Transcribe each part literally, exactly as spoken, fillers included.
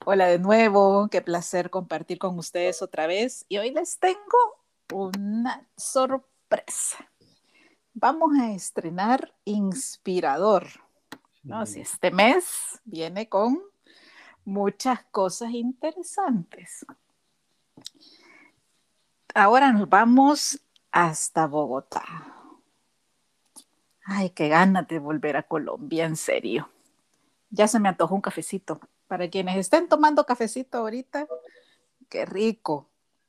Hola de nuevo, qué placer compartir con ustedes otra vez. Y hoy les tengo una sorpresa. Vamos a estrenar Inspirador, ¿no? Si Mm. este mes viene con muchas cosas interesantes. Ahora nos vamos hasta Bogotá. Ay, qué ganas de volver a Colombia, en serio. Ya se me antojó un cafecito. Para quienes estén tomando cafecito ahorita, qué rico.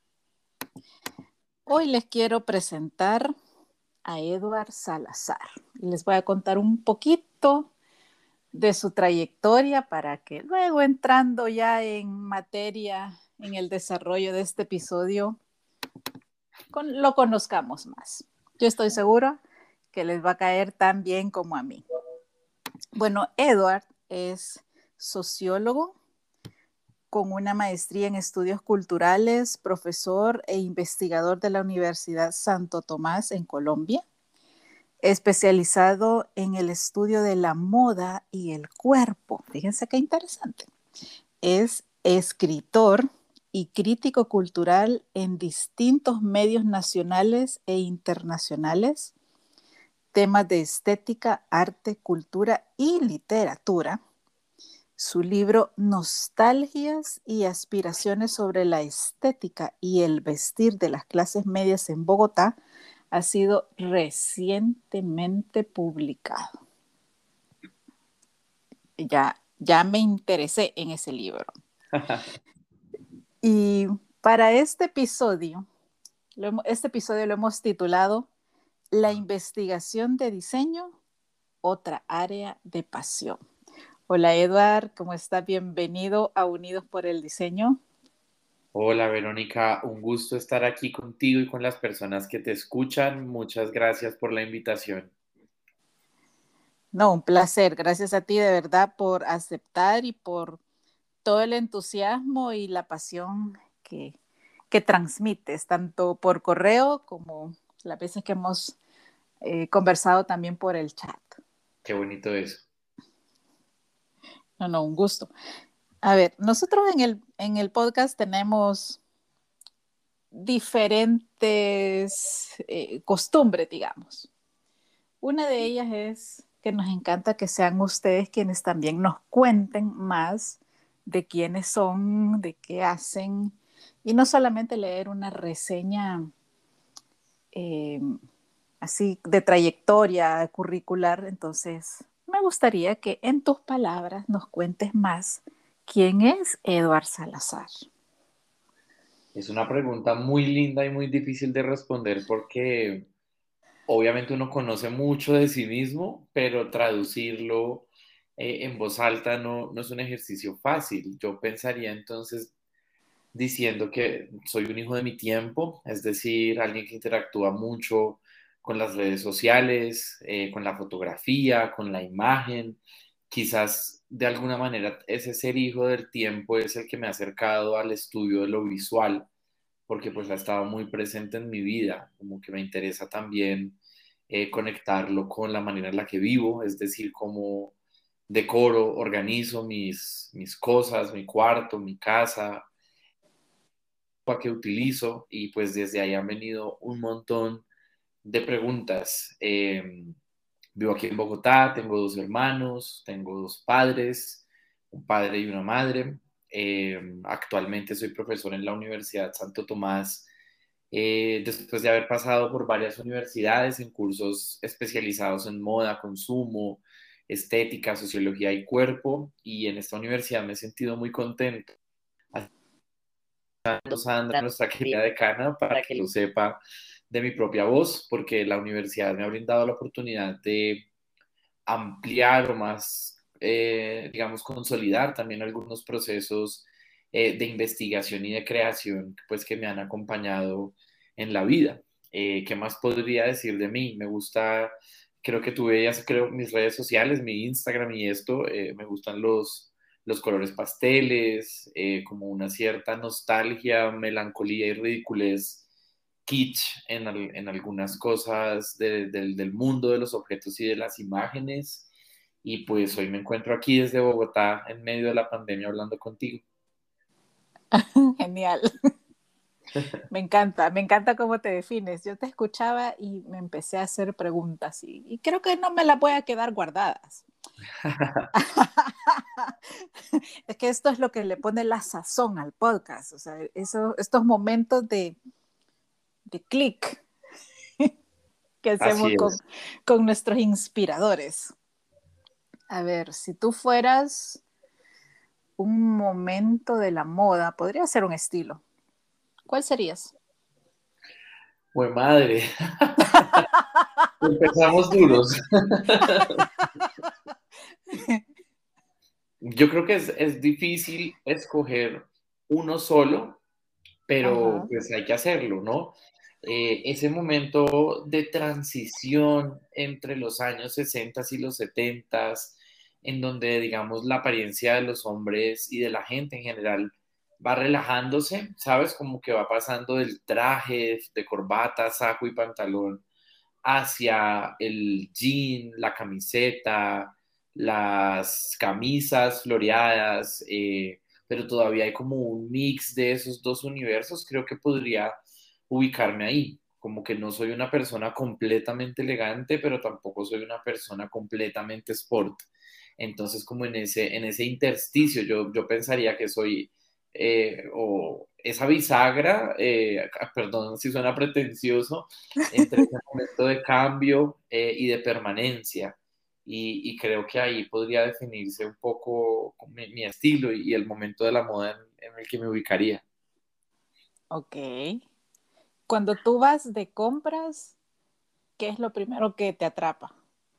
Hoy les quiero presentar a Edward Salazar. Les voy a contar un poquito de su trayectoria para que luego entrando ya en materia en el desarrollo de este episodio con, lo conozcamos más. Yo estoy segura que les va a caer tan bien como a mí. Bueno, Edward es sociólogo con una maestría en estudios culturales, profesor e investigador de la Universidad Santo Tomás en Colombia, especializado en el estudio de la moda y el cuerpo. Fíjense qué interesante. Es escritor y crítico cultural en distintos medios nacionales e internacionales, temas de estética, arte, cultura y literatura. Su libro Nostalgias y aspiraciones sobre la estética y el vestir de las clases medias en Bogotá ha sido recientemente publicado. Ya, ya me interesé en ese libro. Y para este episodio, lo hemos- este episodio lo hemos titulado La investigación de diseño, otra área de pasión. Hola Eduard, ¿cómo estás? Bienvenido a Unidos por el Diseño. Hola Verónica, un gusto estar aquí contigo y con las personas que te escuchan. Muchas gracias por la invitación. No, un placer. Gracias a ti de verdad por aceptar y por todo el entusiasmo y la pasión que, que transmites, tanto por correo como las veces que hemos eh, conversado también por el chat. Qué bonito eso. No, no, un gusto. A ver, nosotros en el, en el podcast tenemos diferentes eh, costumbres, digamos. Una de ellas es que nos encanta que sean ustedes quienes también nos cuenten más de quiénes son, de qué hacen, y no solamente leer una reseña eh, así de trayectoria curricular. Entonces, me gustaría que en tus palabras nos cuentes más quién es Eduard Salazar. Es una pregunta muy linda y muy difícil de responder porque obviamente uno conoce mucho de sí mismo, pero traducirlo eh, en voz alta no, no es un ejercicio fácil. Yo pensaría entonces diciendo que soy un hijo de mi tiempo, es decir, alguien que interactúa mucho con las redes sociales, eh, con la fotografía, con la imagen. Quizás de alguna manera ese ser hijo del tiempo es el que me ha acercado al estudio de lo visual, porque pues ha estado muy presente en mi vida, como que me interesa también eh, conectarlo con la manera en la que vivo, es decir, cómo decoro, organizo mis, mis cosas, mi cuarto, mi casa, que utilizo y pues desde ahí han venido un montón de preguntas. Eh, vivo aquí en Bogotá, tengo dos hermanos, tengo dos padres, un padre y una madre. Eh, actualmente soy profesor en la Universidad Santo Tomás, eh, después de haber pasado por varias universidades en cursos especializados en moda, consumo, estética, sociología y cuerpo, y en esta universidad me he sentido muy contento. Sandra, nuestra querida decana, para que lo sepa de mi propia voz, porque la universidad me ha brindado la oportunidad de ampliar o más, eh, digamos, consolidar también algunos procesos eh, de investigación y de creación, pues, que me han acompañado en la vida. Eh, ¿qué más podría decir de mí? Me gusta, creo que tú veías, creo, mis redes sociales, mi Instagram y esto, eh, me gustan los, los colores pasteles, eh, como una cierta nostalgia, melancolía y ridiculez kitsch en, al- en algunas cosas de- del del mundo de los objetos y de las imágenes. Y pues hoy me encuentro aquí desde Bogotá en medio de la pandemia hablando contigo. Genial. Me encanta, me encanta cómo te defines. Yo te escuchaba y me empecé a hacer preguntas y, y creo que no me las voy a quedar guardadas. Es que esto es lo que le pone la sazón al podcast, o sea, eso, estos momentos de, de clic que hacemos Así con, es. con nuestros inspiradores. A ver, si tú fueras un momento de la moda, podría ser un estilo. ¿Cuál serías? Pues madre, empezamos duros. Yo creo que es, es difícil escoger uno solo, pero Ajá. pues hay que hacerlo, ¿no? Eh, ese momento de transición entre los años sesenta y los setenta, en donde, digamos, la apariencia de los hombres y de la gente en general va relajándose, ¿sabes? Como que va pasando del traje, de corbata, saco y pantalón, hacia el jean, la camiseta, las camisas floreadas, eh, pero todavía hay como un mix de esos dos universos, creo que podría ubicarme ahí. Como que no soy una persona completamente elegante, pero tampoco soy una persona completamente sport. Entonces, como en ese, en ese intersticio, yo, yo pensaría que soy eh, o esa bisagra, eh, perdón si suena pretencioso, entre ese momento de cambio eh, y de permanencia. Y, y, creo que ahí podría definirse un poco mi, mi estilo y, y, el momento de la moda en, en el que me ubicaría. Ok. Cuando tú vas de compras, ¿qué es lo primero que te atrapa?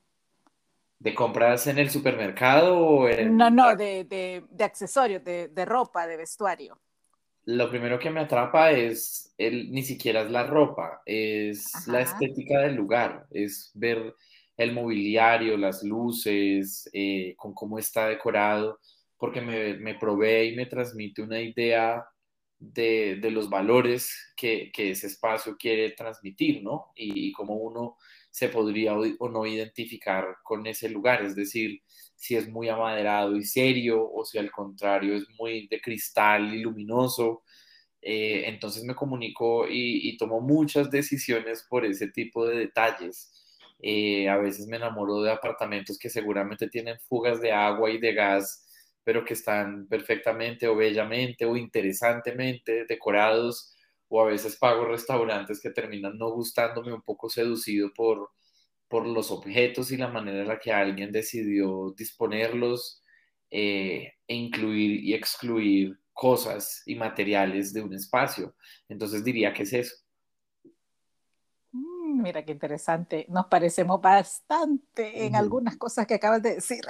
¿De compras en el supermercado o No, en... no, de, de, de accesorios, de, de ropa, de vestuario. Lo primero que me atrapa es, el, ni siquiera es la ropa, es la Ajá. estética del lugar, es ver el mobiliario, las luces, eh, con cómo está decorado, porque me, me provee y me transmite una idea de, de los valores que, que ese espacio quiere transmitir, ¿no? Y, y cómo uno se podría o, o no identificar con ese lugar, es decir, si es muy amaderado y serio o si al contrario es muy de cristal y luminoso. Eh, entonces me comunico y, y, tomo muchas decisiones por ese tipo de detalles. Eh, a veces me enamoro de apartamentos que seguramente tienen fugas de agua y de gas, pero que están perfectamente o bellamente o interesantemente decorados, o a veces pago restaurantes que terminan no gustándome, un poco seducido por, por los objetos y la manera en la que alguien decidió disponerlos, eh, e incluir y excluir cosas y materiales de un espacio. Entonces diría que es eso. Mm, mira qué interesante. Nos parecemos bastante en Ujú. algunas cosas que acabas de decir.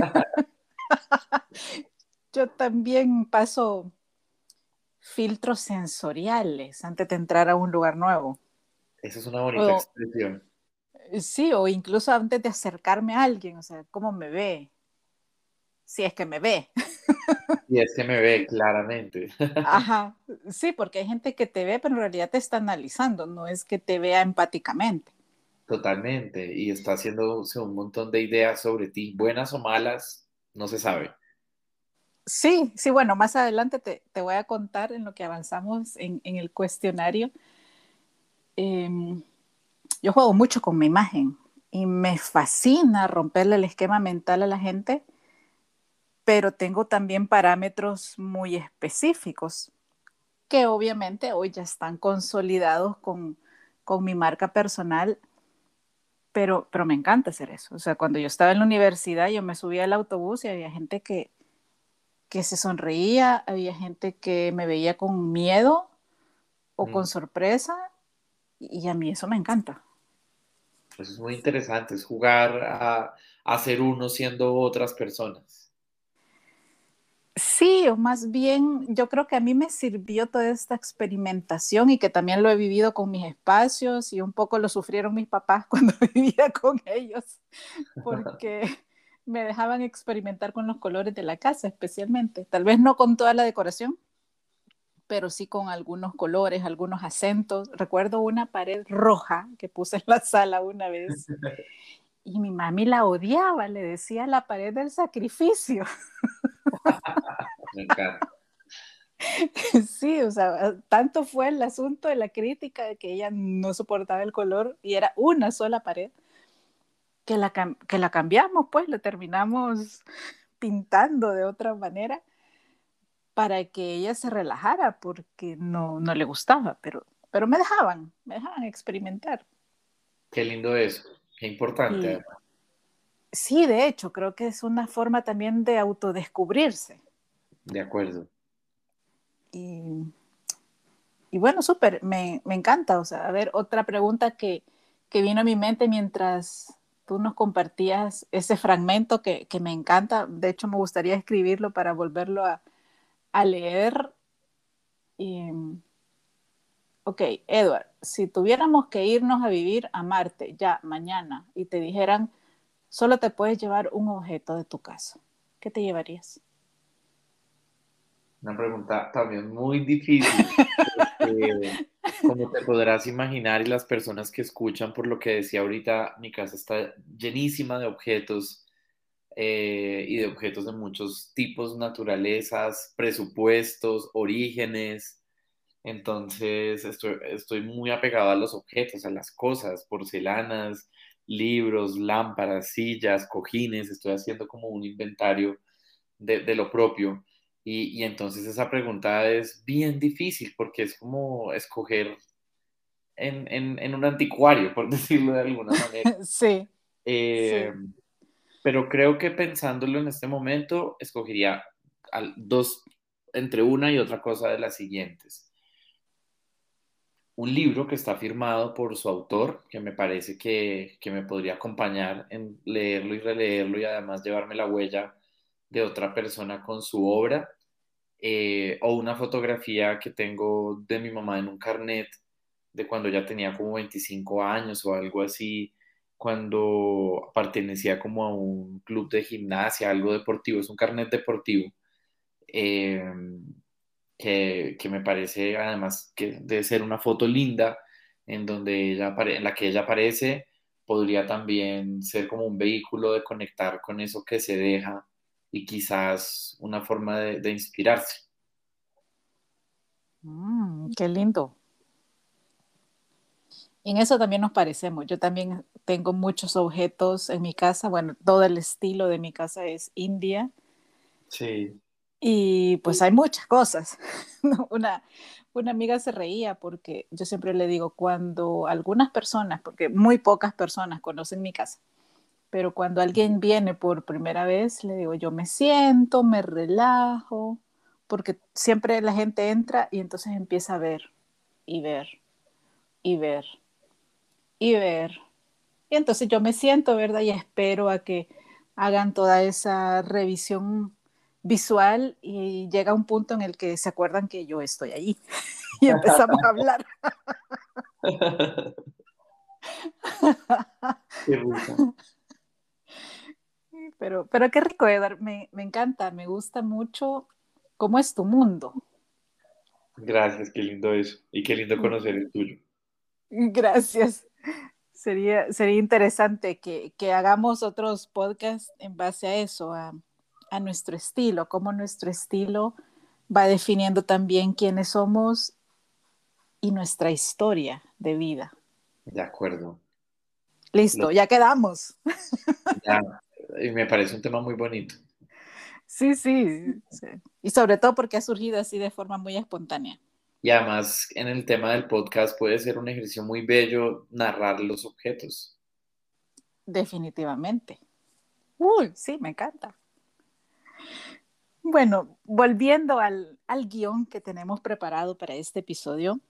Yo también paso filtros sensoriales antes de entrar a un lugar nuevo. Esa es una bonita O, expresión. sí, o incluso antes de acercarme a alguien, o sea, cómo me ve, si es que me ve. Y es que me ve claramente. Ajá, sí, porque hay gente que te ve, pero en realidad te está analizando, no es que te vea empáticamente. Totalmente. Y está haciéndose un montón de ideas sobre ti, buenas o malas, no se sabe. Sí, sí, bueno, más adelante te, te voy a contar en lo que avanzamos en, en el cuestionario. Eh, yo juego mucho con mi imagen y me fascina romperle el esquema mental a la gente, pero tengo también parámetros muy específicos que obviamente hoy ya están consolidados con, con mi marca personal, pero, pero me encanta hacer eso. O sea, cuando yo estaba en la universidad, yo me subía al autobús y había gente que, que se sonreía, había gente que me veía con miedo o con Mm. sorpresa, y a mí eso me encanta. Eso es muy interesante, es jugar a, a ser uno siendo otras personas. Sí, o más bien yo creo que a mí me sirvió toda esta experimentación y que también lo he vivido con mis espacios y un poco lo sufrieron mis papás cuando vivía con ellos, porque me dejaban experimentar con los colores de la casa especialmente. Tal vez no con toda la decoración, pero sí con algunos colores, algunos acentos. Recuerdo una pared roja que puse en la sala una vez y mi mami la odiaba, le decía la pared del sacrificio. Me encanta. Sí, o sea, tanto fue el asunto de la crítica de que ella no soportaba el color y era una sola pared, que la, que la cambiamos, pues la terminamos pintando de otra manera para que ella se relajara porque no, no le gustaba, pero, pero me dejaban, me dejaban experimentar. Qué lindo eso, qué importante Y además. sí, de hecho, creo que es una forma también de autodescubrirse. De acuerdo. Y, y bueno, súper, me, me encanta. O sea, a ver, otra pregunta que, que vino a mi mente mientras tú nos compartías ese fragmento que, que me encanta. De hecho, me gustaría escribirlo para volverlo a, a leer. Y, ok, Edward, si tuviéramos que irnos a vivir a Marte ya mañana y te dijeran, solo te puedes llevar un objeto de tu casa, ¿qué te llevarías? Una pregunta también muy difícil, porque como te podrás imaginar y las personas que escuchan, por lo que decía ahorita, mi casa está llenísima de objetos eh, y de objetos de muchos tipos, naturalezas, presupuestos, orígenes. Entonces estoy, estoy muy apegado a los objetos, a las cosas, porcelanas, libros, lámparas, sillas, cojines. Estoy haciendo como un inventario de, de lo propio. Y, y entonces esa pregunta es bien difícil porque es como escoger en, en, en un anticuario, por decirlo de alguna manera. Sí, Eh, sí. pero creo que pensándolo en este momento, escogería al- dos, entre una y otra cosa de las siguientes. Un libro que está firmado por su autor, que me parece que, que me podría acompañar en leerlo y releerlo y además llevarme la huella de otra persona con su obra, eh, o una fotografía que tengo de mi mamá en un carnet de cuando ya tenía como veinticinco años o algo así, cuando pertenecía como a un club de gimnasia, algo deportivo, es un carnet deportivo. eh, que, que me parece además que debe ser una foto linda en donde ella apare- en la que ella aparece, podría también ser como un vehículo de conectar con eso que se deja y quizás una forma de, de inspirarse. Mm, qué lindo. En eso también nos parecemos. Yo también tengo muchos objetos en mi casa. Bueno, todo el estilo de mi casa es India Sí. y pues hay muchas cosas. Una, una amiga se reía porque yo siempre le digo, cuando algunas personas, porque muy pocas personas conocen mi casa, pero cuando alguien viene por primera vez, le digo, yo me siento, me relajo, porque siempre la gente entra y entonces empieza a ver y ver y ver y ver. Y entonces yo me siento, ¿verdad? Y espero a que hagan toda esa revisión visual y llega un punto en el que se acuerdan que yo estoy allí y empezamos a hablar. Qué risa. Pero, pero qué rico, Edward, me, me encanta, me gusta mucho cómo es tu mundo. Gracias, qué lindo eso. Y qué lindo conocer el tuyo. Gracias. Sería, sería interesante que, que hagamos otros podcasts en base a eso, a, a nuestro estilo, cómo nuestro estilo va definiendo también quiénes somos y nuestra historia de vida. De acuerdo. Lo- Listo, ya quedamos. ya, y me parece un tema muy bonito. Sí, sí, sí. Y sobre todo porque ha surgido así de forma muy espontánea. Y además, en el tema del podcast puede ser un ejercicio muy bello narrar los objetos. Definitivamente. Uy, sí, me encanta. Bueno, volviendo al, al guión que tenemos preparado para este episodio.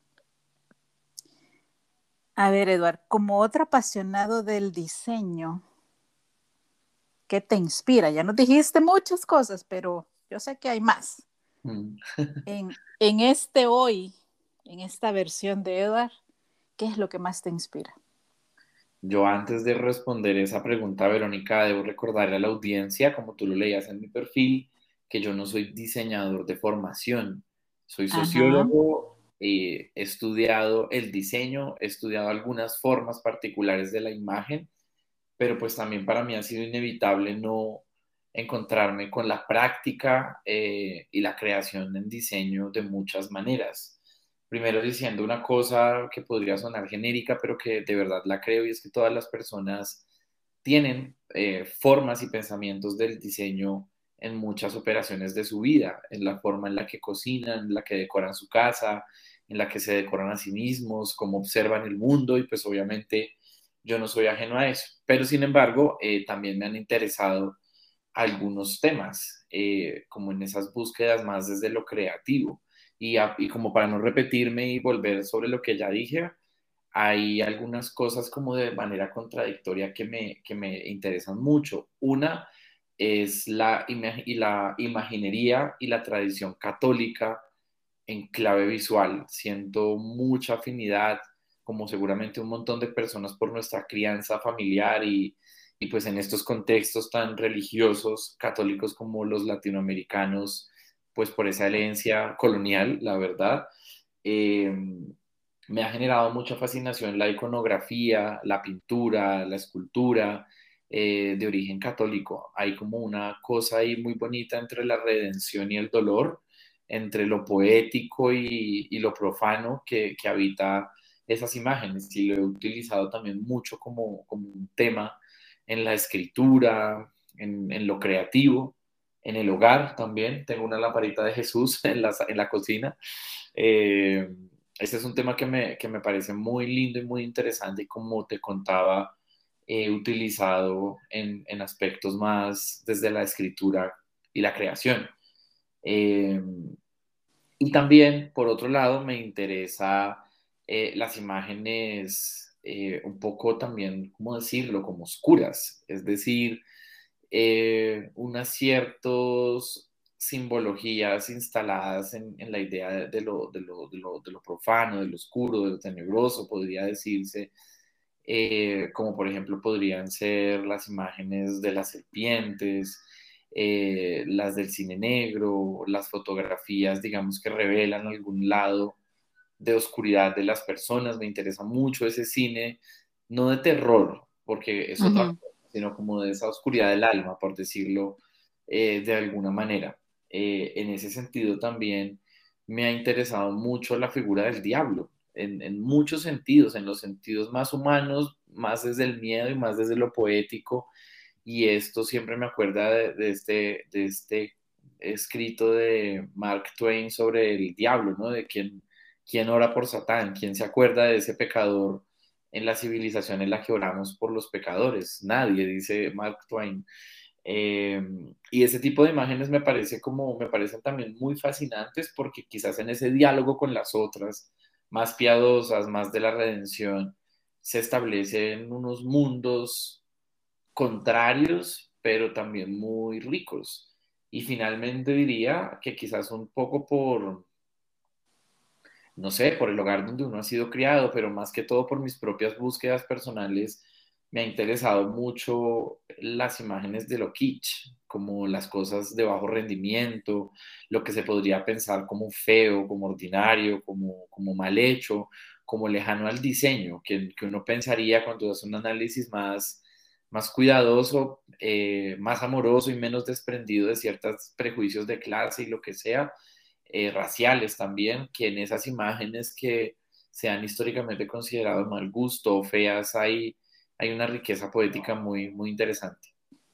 A ver, Eduard, como otro apasionado del diseño, ¿qué te inspira? Ya nos dijiste muchas cosas, pero yo sé que hay más. Mm. En, en este hoy, en esta versión de Eduard, ¿qué es lo que más te inspira? Yo antes de responder esa pregunta, Verónica, debo recordarle a la audiencia, como tú lo leías en mi perfil, que yo no soy diseñador de formación. Soy Ajá. sociólogo, eh, he estudiado el diseño, he estudiado algunas formas particulares de la imagen, pero pues también para mí ha sido inevitable no, encontrarme con la práctica eh, y la creación en diseño de muchas maneras. Primero diciendo una cosa que podría sonar genérica, pero que de verdad la creo, y es que todas las personas tienen eh, formas y pensamientos del diseño en muchas operaciones de su vida, en la forma en la que cocinan, en la que decoran su casa, en la que se decoran a sí mismos, cómo observan el mundo, y pues obviamente yo no soy ajeno a eso. Pero sin embargo, eh, también me han interesado algunos temas, eh, como en esas búsquedas más desde lo creativo. Y, a, y como para no repetirme y volver sobre lo que ya dije, hay algunas cosas como de manera contradictoria que me, que me interesan mucho. Una es la, y la imaginería y la tradición católica en clave visual. Siento mucha afinidad, como seguramente un montón de personas, por nuestra crianza familiar y, y pues en estos contextos tan religiosos, católicos como los latinoamericanos, pues por esa herencia colonial, la verdad. Eh, Me ha generado mucha fascinación la iconografía, la pintura, la escultura eh, de origen católico. Hay como una cosa ahí muy bonita entre la redención y el dolor, entre lo poético y, y lo profano que, que, habita esas imágenes. Y lo he utilizado también mucho como, como un tema en la escritura, en, en, lo creativo, en el hogar también. Tengo una lamparita de Jesús en la, en la cocina. Eh, ese es un tema que me, que me parece muy lindo y muy interesante, y como te contaba, he utilizado en, en aspectos más desde la escritura y la creación. Eh, y también, por otro lado, me interesa eh, las imágenes eh, un poco también, ¿cómo decirlo?, como oscuras, es decir, eh, unas ciertas simbologías instaladas en, en la idea de, de, lo, de, lo, de, lo, de, lo, profano, de lo oscuro, de lo tenebroso, podría decirse, eh, como por ejemplo podrían ser las imágenes de las serpientes, eh, las del cine negro, las fotografías, digamos, que revelan algún lado de oscuridad de las personas. Me interesa mucho ese cine, no de terror, porque es otra Ujú. cosa, sino como de esa oscuridad del alma, por decirlo eh, de alguna manera. Eh, en ese sentido también me ha interesado mucho la figura del diablo, en, en muchos sentidos, en los sentidos más humanos, más desde el miedo y más desde lo poético. Y esto siempre me acuerda de, de este, de este escrito de Mark Twain sobre el diablo, ¿no? De quién, quién ora por Satán, quién se acuerda de ese pecador en la civilización en la que oramos por los pecadores. Nadie, dice Mark Twain. Eh, y ese tipo de imágenes me parece como, me parecen también muy fascinantes, porque quizás en ese diálogo con las otras, más piadosas, más de la redención, se establecen unos mundos contrarios, pero también muy ricos. Y finalmente diría que quizás un poco por, no sé, por el hogar donde uno ha sido criado, pero más que todo por mis propias búsquedas personales, me ha interesado mucho las imágenes de lo kitsch, como las cosas de bajo rendimiento, lo que se podría pensar como feo, como ordinario, como, como mal hecho, como lejano al diseño, que, que uno pensaría cuando hace un análisis más, más cuidadoso, eh, más amoroso y menos desprendido de ciertos prejuicios de clase y lo que sea, eh, raciales también, que en esas imágenes que se han históricamente considerado de mal gusto o feas hay, hay una riqueza poética muy, muy interesante.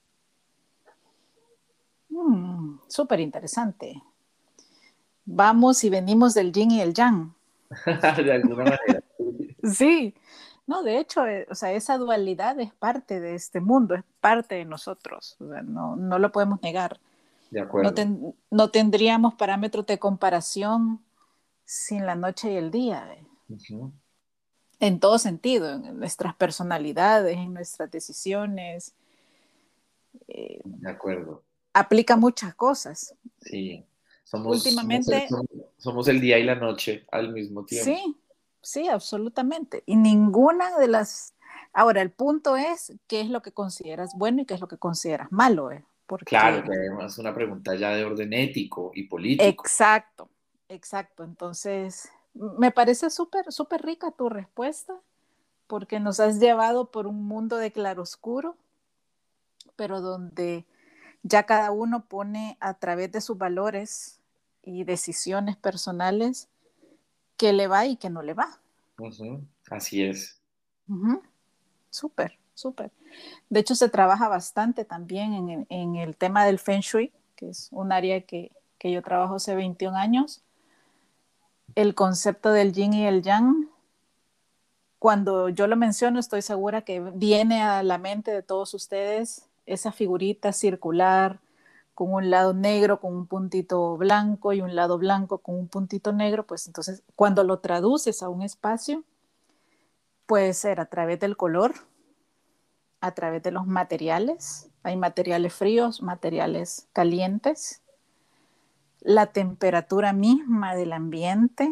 Mm, súper interesante. Vamos y venimos del yin y el yang. De alguna manera. Sí, no, de hecho, eh, o sea, esa dualidad es parte de este mundo, es parte de nosotros, o sea, no, no lo podemos negar. De No, acuerdo. ten, no tendríamos parámetros de comparación sin la noche y el día, eh, Uh -huh. en todo sentido, en nuestras personalidades, en nuestras decisiones, eh, De acuerdo. aplica muchas cosas. Sí. Somos, somos, el, Últimamente, somos el día y la noche al mismo tiempo. sí, sí, absolutamente. Y ninguna de las... Ahora, el punto es qué es lo que consideras bueno y qué es lo que consideras malo, ¿eh? Claro, Porque, que además es una pregunta ya de orden ético y político. exacto, exacto. Entonces, me parece súper, súper rica tu respuesta, porque nos has llevado por un mundo de claroscuro, pero donde ya cada uno pone a través de sus valores y decisiones personales qué le va y qué no le va. Ujú, así es. Ujú. Súper, súper. De hecho, se trabaja bastante también en, en el tema del Feng Shui, que es un área que, que yo trabajo hace veintiún años. El concepto del yin y el yang, cuando yo lo menciono, estoy segura que viene a la mente de todos ustedes esa figurita circular con un lado negro con un puntito blanco y un lado blanco con un puntito negro. Pues entonces, cuando lo traduces a un espacio, puede ser a través del color, a través de los materiales. Hay materiales fríos, materiales calientes, la temperatura misma del ambiente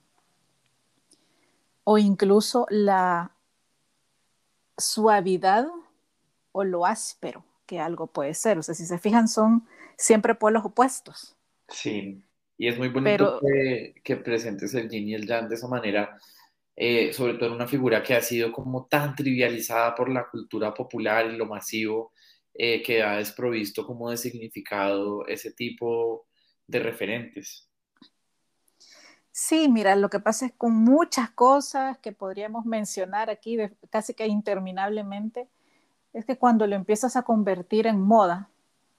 o incluso la suavidad o lo áspero que algo puede ser. O sea, si se fijan, son siempre polos opuestos. Sí, y es muy bonito Pero que, que presentes el yin y el yang de esa manera, eh, sobre todo en una figura que ha sido como tan trivializada por la cultura popular y lo masivo, eh, que ha desprovisto como de significado ese tipo de referentes. sí, mira, lo que pasa es con muchas cosas que podríamos mencionar aquí de, casi que interminablemente, es que cuando lo empiezas a convertir en moda,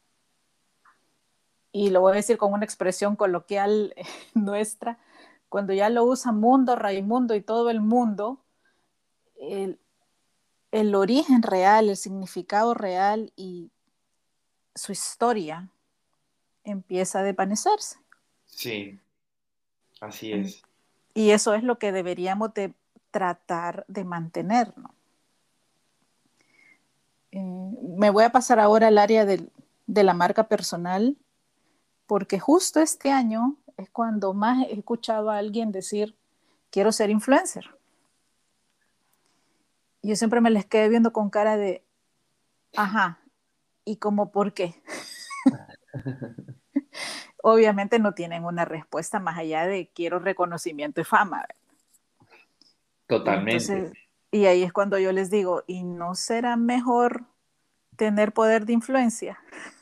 y lo voy a decir con una expresión coloquial nuestra, cuando ya lo usa Mundo, Raimundo y todo el mundo, el, el origen real, el significado real y su historia empieza a desvanecerse. Sí, así es. Y eso es lo que deberíamos de tratar de mantener, ¿no? Eh, me voy a pasar ahora al área del- de la marca personal, porque justo este año es cuando más he escuchado a alguien decir, quiero ser influencer. Y yo siempre me les quedé viendo con cara de, ajá, ¿y como por qué? Obviamente no tienen una respuesta más allá de quiero reconocimiento y fama. Y Totalmente. entonces, y ahí es cuando yo les digo, ¿y no será mejor tener poder de influencia?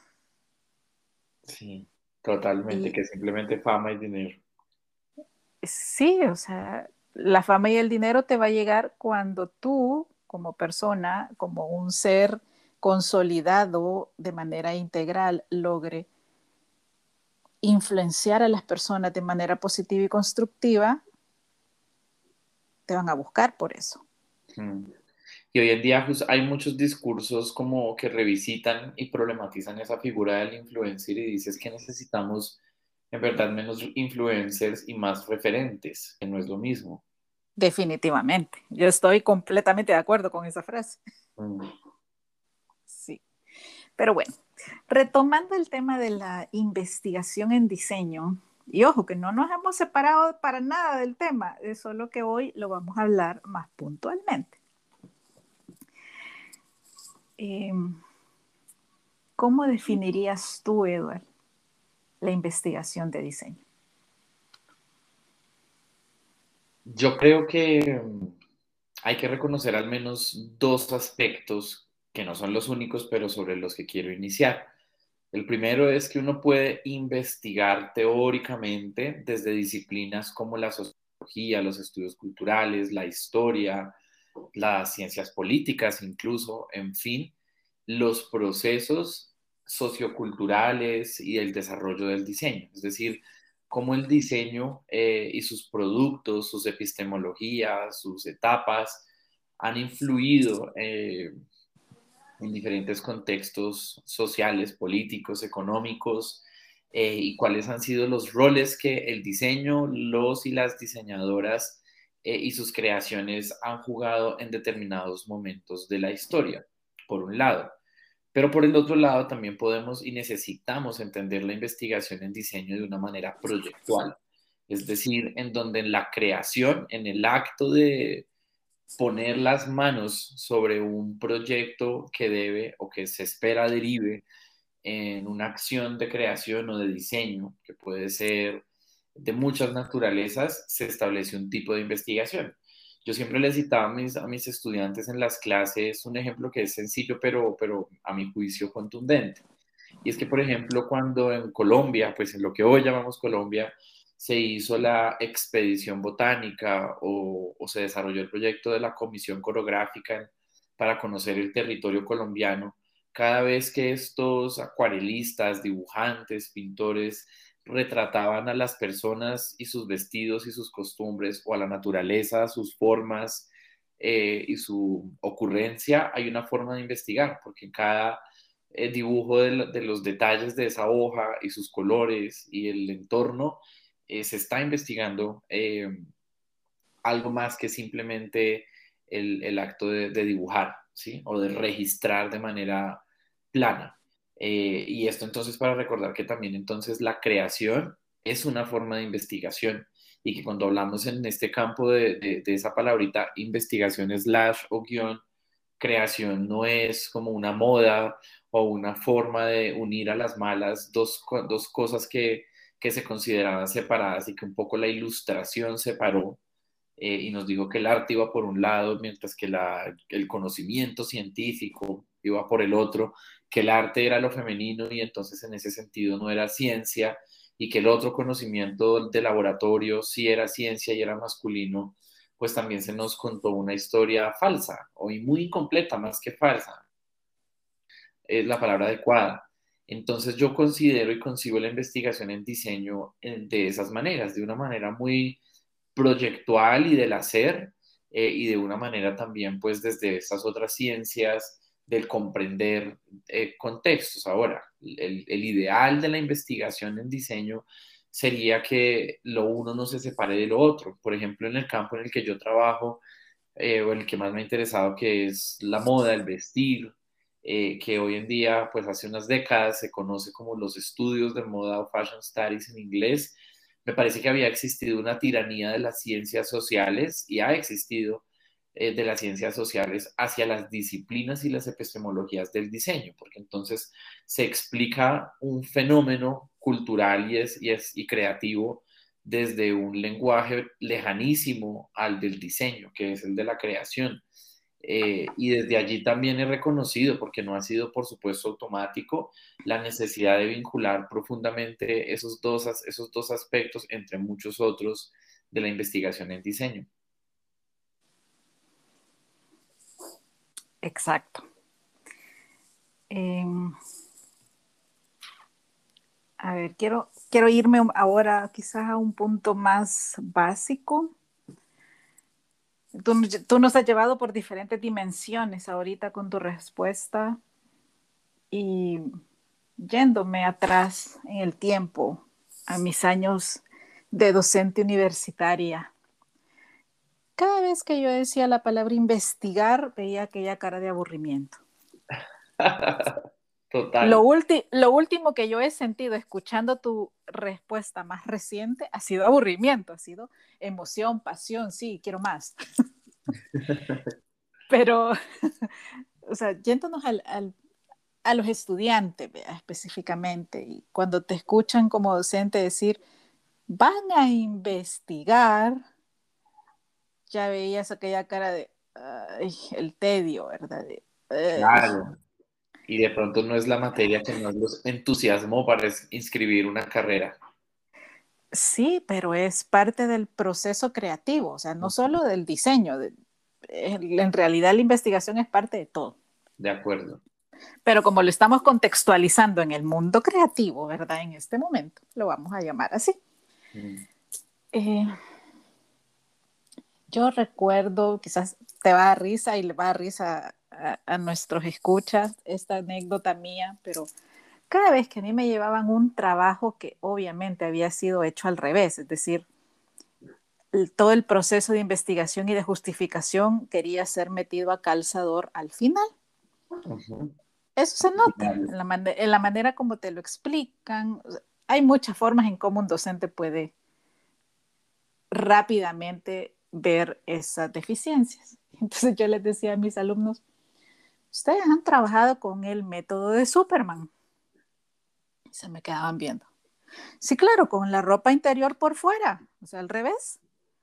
Sí, totalmente, Y que simplemente fama y dinero. sí, o sea, la fama y el dinero te va a llegar cuando tú, como persona, como un ser consolidado de manera integral, logre influenciar a las personas de manera positiva y constructiva, te van a buscar por eso. Mm. Y hoy en día pues, hay muchos discursos como que revisitan y problematizan esa figura del influencer y dices que necesitamos en verdad menos influencers y más referentes, que no es lo mismo. Definitivamente. Yo estoy completamente de acuerdo con esa frase. Mm. Sí. Pero bueno, retomando el tema de la investigación en diseño, y ojo que no nos hemos separado para nada del tema, es solo que hoy lo vamos a hablar más puntualmente. Eh, ¿Cómo definirías tú, Edward, la investigación de diseño? Yo creo que mm, hay que reconocer al menos dos aspectos que no son los únicos, pero sobre los que quiero iniciar. El primero es que uno puede investigar teóricamente desde disciplinas como la sociología, los estudios culturales, la historia, las ciencias políticas incluso, en fin, los procesos socioculturales y el desarrollo del diseño. Es decir, cómo el diseño eh, y sus productos, sus epistemologías, sus etapas han influido eh, en diferentes contextos sociales, políticos, económicos, eh, y cuáles han sido los roles que el diseño, los y las diseñadoras eh, y sus creaciones han jugado en determinados momentos de la historia, por un lado. Pero por el otro lado también podemos y necesitamos entender la investigación en diseño de una manera proyectual, es decir, en donde en la creación, en el acto de poner las manos sobre un proyecto que debe o que se espera derive en una acción de creación o de diseño, que puede ser de muchas naturalezas, se establece un tipo de investigación. Yo siempre les citaba a mis, a mis estudiantes en las clases un ejemplo que es sencillo, pero, pero a mi juicio contundente. Y es que, por ejemplo, cuando en Colombia, pues en lo que hoy llamamos Colombia, se hizo la expedición botánica o, o se desarrolló el proyecto de la Comisión Coreográfica para conocer el territorio colombiano, cada vez que estos acuarelistas, dibujantes, pintores retrataban a las personas y sus vestidos y sus costumbres o a la naturaleza, sus formas eh, y su ocurrencia, hay una forma de investigar, porque cada eh, dibujo de, de, los detalles de esa hoja y sus colores y el entorno, eh, se está investigando eh, algo más que simplemente el, el acto de, de, dibujar, ¿sí? O de registrar de manera plana. Eh, y esto entonces para recordar que también entonces la creación es una forma de investigación y que cuando hablamos en este campo de, de, de esa palabrita investigación slash o guión, creación no es como una moda o una forma de unir a las malas dos, dos cosas que, que se consideraban separadas y que un poco la ilustración separó eh, y nos dijo que el arte iba por un lado, mientras que la, el conocimiento científico iba por el otro, que el arte era lo femenino y entonces en ese sentido no era ciencia, y que el otro conocimiento de laboratorio sí era ciencia y era masculino, pues también se nos contó una historia falsa o muy incompleta, más que falsa, es la palabra adecuada. Entonces yo considero y concibo la investigación en diseño de esas maneras, de una manera muy proyectual y del hacer, eh, y de una manera también pues desde estas otras ciencias del comprender eh, contextos. Ahora, el, el ideal de la investigación en diseño sería que lo uno no se separe de lo otro. Por ejemplo, en el campo en el que yo trabajo, eh, o el que más me ha interesado, que es la moda, el vestir, eh, que hoy en día, pues hace unas décadas se conoce como los estudios de moda o fashion studies en inglés. Me parece que había existido una tiranía de las ciencias sociales y ha existido eh, de las ciencias sociales hacia las disciplinas y las epistemologías del diseño, porque entonces se explica un fenómeno cultural y, es, y, es, y creativo desde un lenguaje lejanísimo al del diseño, que es el de la creación. Eh, y desde allí también he reconocido, porque no ha sido por supuesto automático, la necesidad de vincular profundamente esos dos, esos dos aspectos entre muchos otros de la investigación en diseño. Exacto. Eh, a ver, quiero, quiero irme ahora quizás a un punto más básico. Tú, tú nos has llevado por diferentes dimensiones ahorita con tu respuesta y yéndome atrás en el tiempo, a mis años de docente universitaria. Cada vez que yo decía la palabra investigar, veía aquella cara de aburrimiento. Total. Lo, ulti lo último que yo he sentido escuchando tu respuesta más reciente ha sido aburrimiento, ha sido emoción, pasión, sí, quiero más. Pero, o sea, yéndonos al, al, a los estudiantes, ¿vea? Específicamente, y cuando te escuchan como docente decir, van a investigar, ya veías aquella cara de, ay, el tedio, ¿verdad? De, ay. Claro. Y de pronto no es la materia que más los entusiasmó para inscribir una carrera. Sí, pero es parte del proceso creativo, o sea, no solo del diseño, de, en realidad la investigación es parte de todo. De acuerdo. Pero como lo estamos contextualizando en el mundo creativo, ¿verdad? En este momento, lo vamos a llamar así. Mm. Eh, yo recuerdo, quizás te va a dar risa y le va a dar risa a, a nuestros escuchas esta anécdota mía, pero cada vez que a mí me llevaban un trabajo que obviamente había sido hecho al revés, es decir, el, todo el proceso de investigación y de justificación quería ser metido a calzador al final. Uh-huh. Eso se nota en la, man en la manera como te lo explican. O sea, hay muchas formas en cómo un docente puede rápidamente ver esas deficiencias. Entonces yo les decía a mis alumnos, ustedes han trabajado con el método de Superman. Y se me quedaban viendo. Sí, claro, con la ropa interior por fuera, o sea, al revés.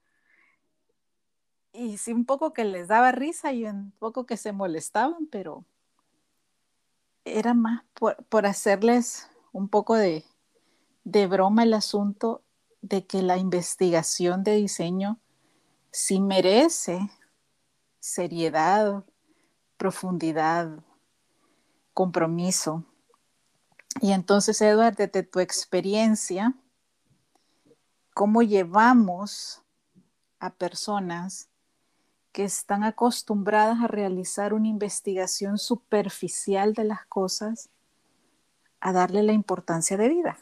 Y sí, un poco que les daba risa y un poco que se molestaban, pero era más por, por hacerles un poco de, de broma el asunto de que la investigación de diseño sí merece seriedad, profundidad, compromiso. Y entonces, Edward, desde tu experiencia, ¿cómo llevamos a personas que están acostumbradas a realizar una investigación superficial de las cosas a darle la importancia de vida?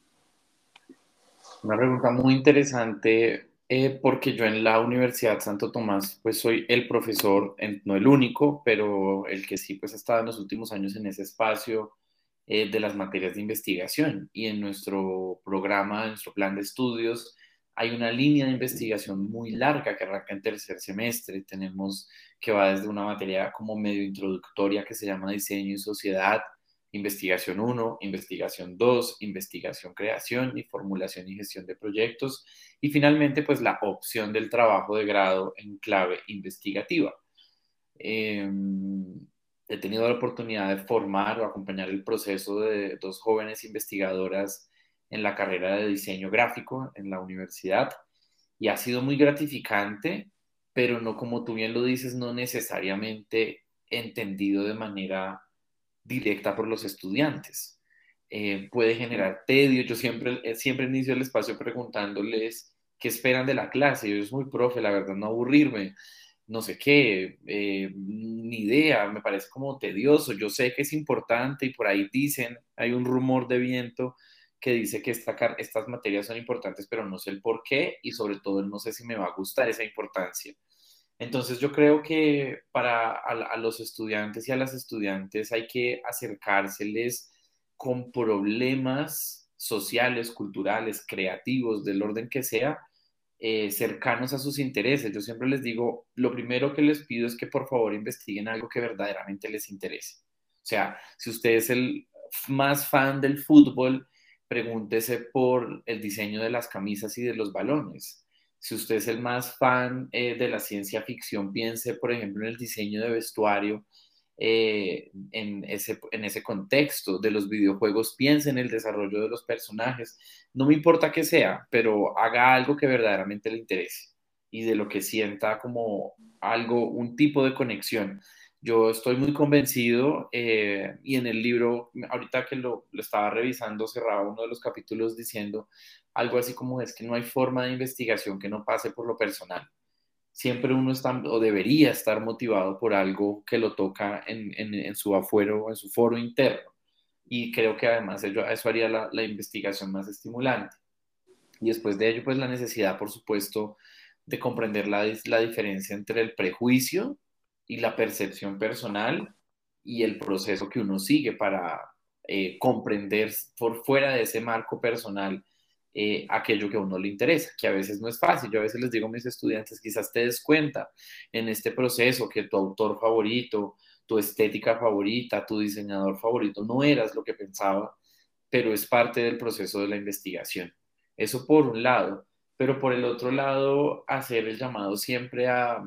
Una pregunta muy interesante, eh, porque yo en la Universidad Santo Tomás, pues soy el profesor, en- no el único, pero el que sí, pues ha estado en los últimos años en ese espacio eh, de las materias de investigación. Y en nuestro programa, en nuestro plan de estudios, hay una línea de investigación muy larga que arranca en tercer semestre. Tenemos que va desde una materia como medio introductoria que se llama Diseño y Sociedad, investigación uno, investigación dos, investigación, creación y formulación y gestión de proyectos. Y finalmente, pues la opción del trabajo de grado en clave investigativa. Eh, He tenido la oportunidad de formar o acompañar el proceso de dos jóvenes investigadoras en la carrera de diseño gráfico en la universidad y ha sido muy gratificante, pero no, como tú bien lo dices, no necesariamente entendido de manera directa por los estudiantes. Eh, puede generar tedio. Yo siempre, eh, siempre inicio el espacio preguntándoles qué esperan de la clase. Yo soy muy profe, la verdad, no aburrirme, no sé qué, eh, ni idea, me parece como tedioso. Yo sé que es importante y por ahí dicen, hay un rumor de viento que dice que esta, estas materias son importantes, pero no sé el por qué y sobre todo no sé si me va a gustar esa importancia. Entonces yo creo que para a, a los estudiantes y a las estudiantes hay que acercárseles con problemas sociales, culturales, creativos, del orden que sea, eh, cercanos a sus intereses. Yo siempre les digo, lo primero que les pido es que por favor investiguen algo que verdaderamente les interese. O sea, si usted es el más fan del fútbol, pregúntese por el diseño de las camisas y de los balones. Si usted es el más fan eh, de la ciencia ficción, piense, por ejemplo, en el diseño de vestuario, eh, en ese, en ese contexto de los videojuegos, piense en el desarrollo de los personajes. No me importa qué sea, pero haga algo que verdaderamente le interese y de lo que sienta como algo, un tipo de conexión. Yo estoy muy convencido, eh, y en el libro, ahorita que lo, lo estaba revisando, cerraba uno de los capítulos diciendo algo así como es que no hay forma de investigación que no pase por lo personal. Siempre uno está o debería estar motivado por algo que lo toca en, en, en su afuero, en su foro interno. Y creo que además ello, eso haría la, la investigación más estimulante. Y después de ello, pues la necesidad, por supuesto, de comprender la, la diferencia entre el prejuicio y la percepción personal y el proceso que uno sigue para eh, comprender por fuera de ese marco personal eh, aquello que a uno le interesa, que a veces no es fácil. Yo a veces les digo a mis estudiantes, quizás te des cuenta en este proceso que tu autor favorito, tu estética favorita, tu diseñador favorito no eras lo que pensaba, pero es parte del proceso de la investigación. Eso por un lado, pero por el otro lado, hacer el llamado siempre a,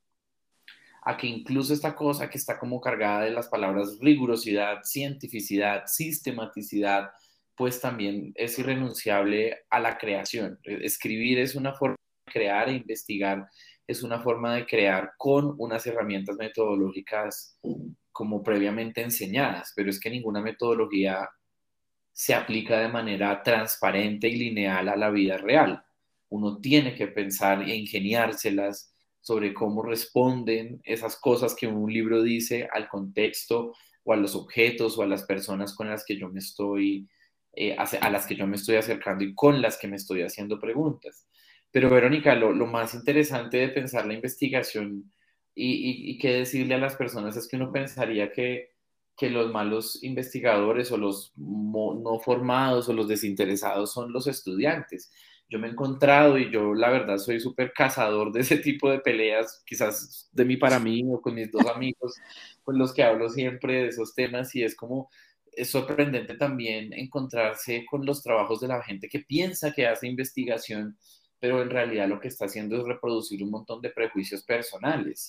a que incluso esta cosa que está como cargada de las palabras rigurosidad, cientificidad, sistematicidad, pues también es irrenunciable a la creación. Escribir es una forma de crear e investigar es una forma de crear con unas herramientas metodológicas como previamente enseñadas, pero es que ninguna metodología se aplica de manera transparente y lineal a la vida real. Uno tiene que pensar e ingeniárselas sobre cómo responden esas cosas que un libro dice al contexto o a los objetos o a las personas con las que yo me estoy, eh, a las que yo me estoy acercando y con las que me estoy haciendo preguntas. Pero Verónica, lo, lo más interesante de pensar la investigación y, y, y qué decirle a las personas es que uno pensaría que que los malos investigadores o los no formados o los desinteresados son los estudiantes. Yo me he encontrado y yo la verdad soy súper cazador de ese tipo de peleas, quizás de mí para mí o con mis dos amigos con los que hablo siempre de esos temas y es como, es sorprendente también encontrarse con los trabajos de la gente que piensa que hace investigación, pero en realidad lo que está haciendo es reproducir un montón de prejuicios personales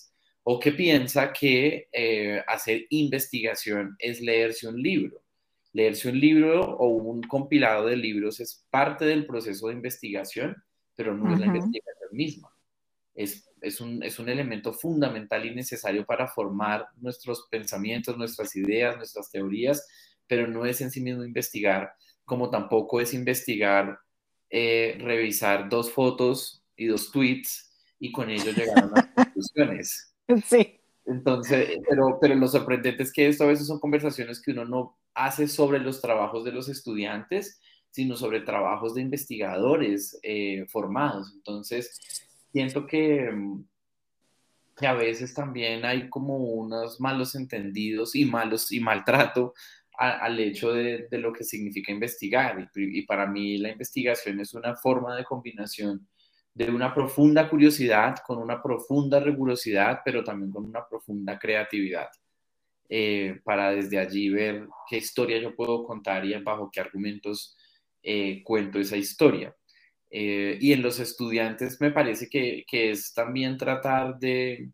o que piensa que eh, hacer investigación es leerse un libro. Leerse un libro o un compilado de libros es parte del proceso de investigación, pero no es la Ujú. investigación misma. Es, es, un, es un elemento fundamental y necesario para formar nuestros pensamientos, nuestras ideas, nuestras teorías, pero no es en sí mismo investigar, como tampoco es investigar, eh, revisar dos fotos y dos tweets y con ello llegar a unas conclusiones. Sí. Entonces, pero, pero lo sorprendente es que esto a veces son conversaciones que uno no hace sobre los trabajos de los estudiantes, sino sobre trabajos de investigadores eh, formados. Entonces, siento que, mm, que a veces también hay como unos malos entendidos y malos y maltrato a- al hecho de, de lo que significa investigar. Y, y para mí la investigación es una forma de combinación de una profunda curiosidad con una profunda rigurosidad, pero también con una profunda creatividad, eh, para desde allí ver qué historia yo puedo contar y bajo qué argumentos eh, cuento esa historia. Eh, y en los estudiantes me parece que, que es también tratar de,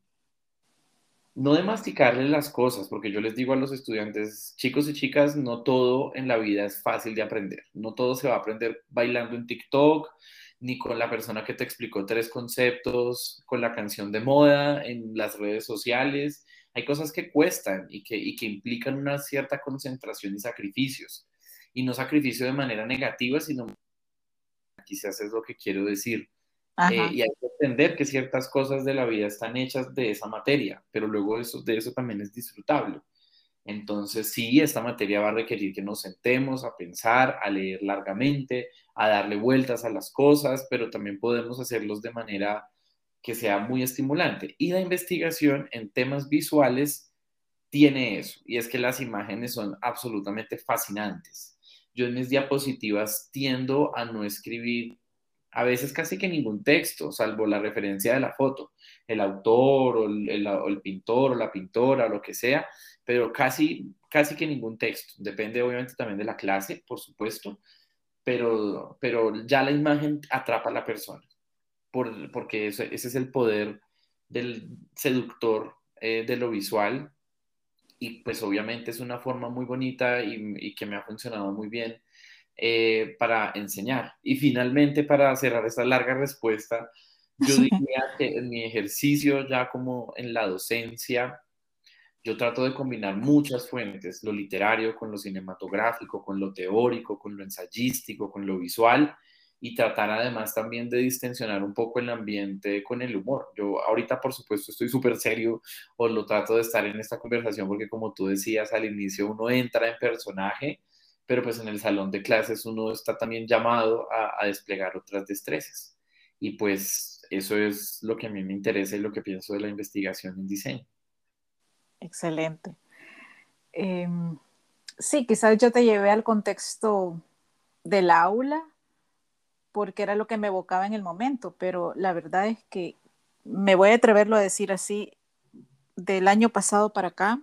no de masticarles las cosas, porque yo les digo a los estudiantes, chicos y chicas, no todo en la vida es fácil de aprender. No todo se va a aprender bailando en TikTok, ni con la persona que te explicó tres conceptos, con la canción de moda, en las redes sociales. Hay cosas que cuestan y que, y que implican una cierta concentración y sacrificios. Y no sacrificio de manera negativa, sino quizás es lo que quiero decir. Eh, Ajá. y hay que entender que ciertas cosas de la vida están hechas de esa materia, pero luego eso, de eso también es disfrutable. Entonces, sí, esta materia va a requerir que nos sentemos a pensar, a leer largamente, a darle vueltas a las cosas, pero también podemos hacerlos de manera que sea muy estimulante. Y la investigación en temas visuales tiene eso, y es que las imágenes son absolutamente fascinantes. Yo en mis diapositivas tiendo a no escribir a veces casi que ningún texto, salvo la referencia de la foto, el autor o el, el, o el pintor o la pintora o lo que sea, pero casi, casi que ningún texto. Depende obviamente también de la clase, por supuesto, pero, pero ya la imagen atrapa a la persona, por, porque eso, ese es el poder del seductor, eh, de lo visual, y pues obviamente es una forma muy bonita y, y que me ha funcionado muy bien, eh, para enseñar. Y finalmente, para cerrar esta larga respuesta, yo diría que en mi ejercicio ya como en la docencia, yo trato de combinar muchas fuentes, lo literario con lo cinematográfico, con lo teórico, con lo ensayístico, con lo visual, y tratar además también de distensionar un poco el ambiente con el humor. Yo ahorita, por supuesto, estoy súper serio o lo trato de estar en esta conversación porque como tú decías al inicio, uno entra en personaje, pero pues en el salón de clases uno está también llamado a, a desplegar otras destrezas. Y pues eso es lo que a mí me interesa y lo que pienso de la investigación en diseño. Excelente. Eh, sí, quizás yo te llevé al contexto del aula porque era lo que me evocaba en el momento, pero la verdad es que me voy a atreverlo a decir así, del año pasado para acá,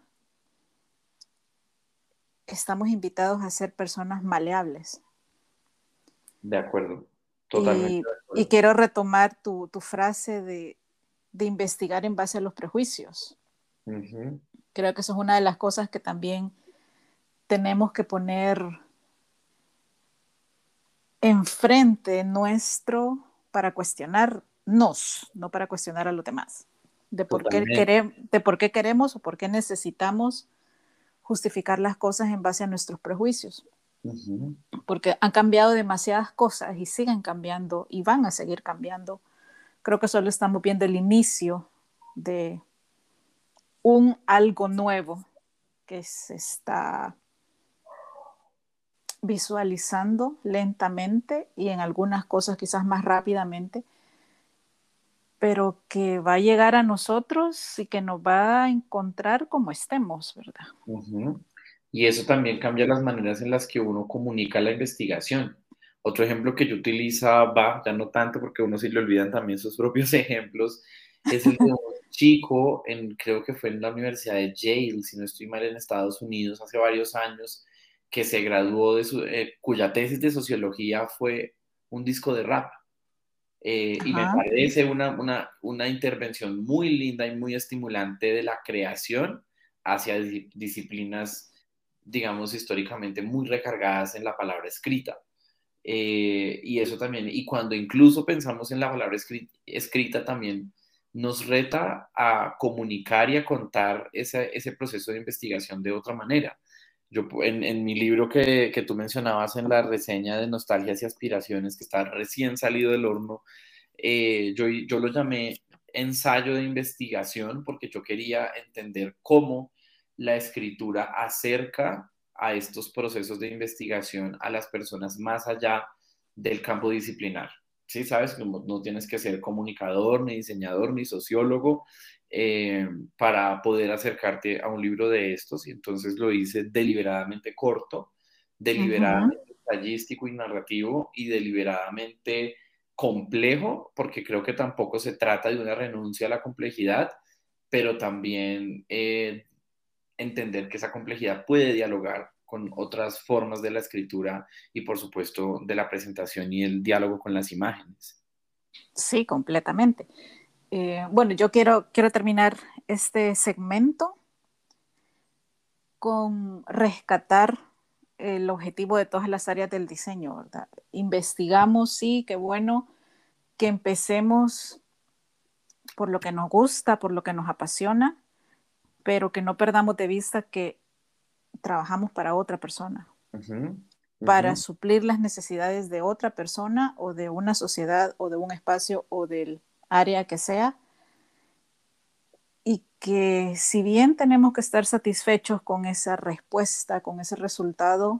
estamos invitados a ser personas maleables. De acuerdo, totalmente Y, de y acuerdo. quiero retomar tu, tu frase de, de investigar en base a los prejuicios. Ujú. Creo que eso es una de las cosas que también tenemos que poner enfrente nuestro para cuestionarnos, no para cuestionar a los demás, de por qué, Totalmente. queremos, de por qué queremos o por qué necesitamos justificar las cosas en base a nuestros prejuicios, Ujú. porque han cambiado demasiadas cosas y siguen cambiando y van a seguir cambiando. Creo que solo estamos viendo el inicio de un algo nuevo que se está visualizando lentamente y en algunas cosas quizás más rápidamente, pero que va a llegar a nosotros y que nos va a encontrar como estemos, ¿verdad? Ujú. Y eso también cambia las maneras en las que uno comunica la investigación. Otro ejemplo que yo utilizaba, ya no tanto porque a uno sí le olvidan también sus propios ejemplos, es el de un chico, en, creo que fue en la Universidad de Yale, si no estoy mal, en Estados Unidos, hace varios años, que se graduó de su, eh, cuya tesis de sociología fue un disco de rap. Eh, y me Ajá. parece una, una, una intervención muy linda y muy estimulante de la creación hacia dis- disciplinas, digamos, históricamente muy recargadas en la palabra escrita. Eh, y eso también, y cuando incluso pensamos en la palabra escri- escrita, también nos reta a comunicar y a contar ese, ese proceso de investigación de otra manera. Yo en, en mi libro que, que tú mencionabas en la reseña de Nostalgias y Aspiraciones, que está recién salido del horno, eh, yo, yo lo llamé ensayo de investigación porque yo quería entender cómo la escritura acerca a estos procesos de investigación a las personas más allá del campo disciplinar. Sí, sabes, como no tienes que ser comunicador, ni diseñador, ni sociólogo eh, para poder acercarte a un libro de estos. Y entonces lo hice deliberadamente corto, Ujú. deliberadamente ensayístico y narrativo y deliberadamente complejo, porque creo que tampoco se trata de una renuncia a la complejidad, pero también eh, entender que esa complejidad puede dialogar con otras formas de la escritura y por supuesto de la presentación y el diálogo con las imágenes. Sí, completamente. Eh, bueno, yo quiero, quiero terminar este segmento con rescatar el objetivo de todas las áreas del diseño, ¿verdad? Investigamos, sí, qué bueno que empecemos por lo que nos gusta, por lo que nos apasiona, pero que no perdamos de vista que trabajamos para otra persona, Uh -huh, uh para -huh. suplir las necesidades de otra persona o de una sociedad o de un espacio o del área que sea, y que si bien tenemos que estar satisfechos con esa respuesta, con ese resultado,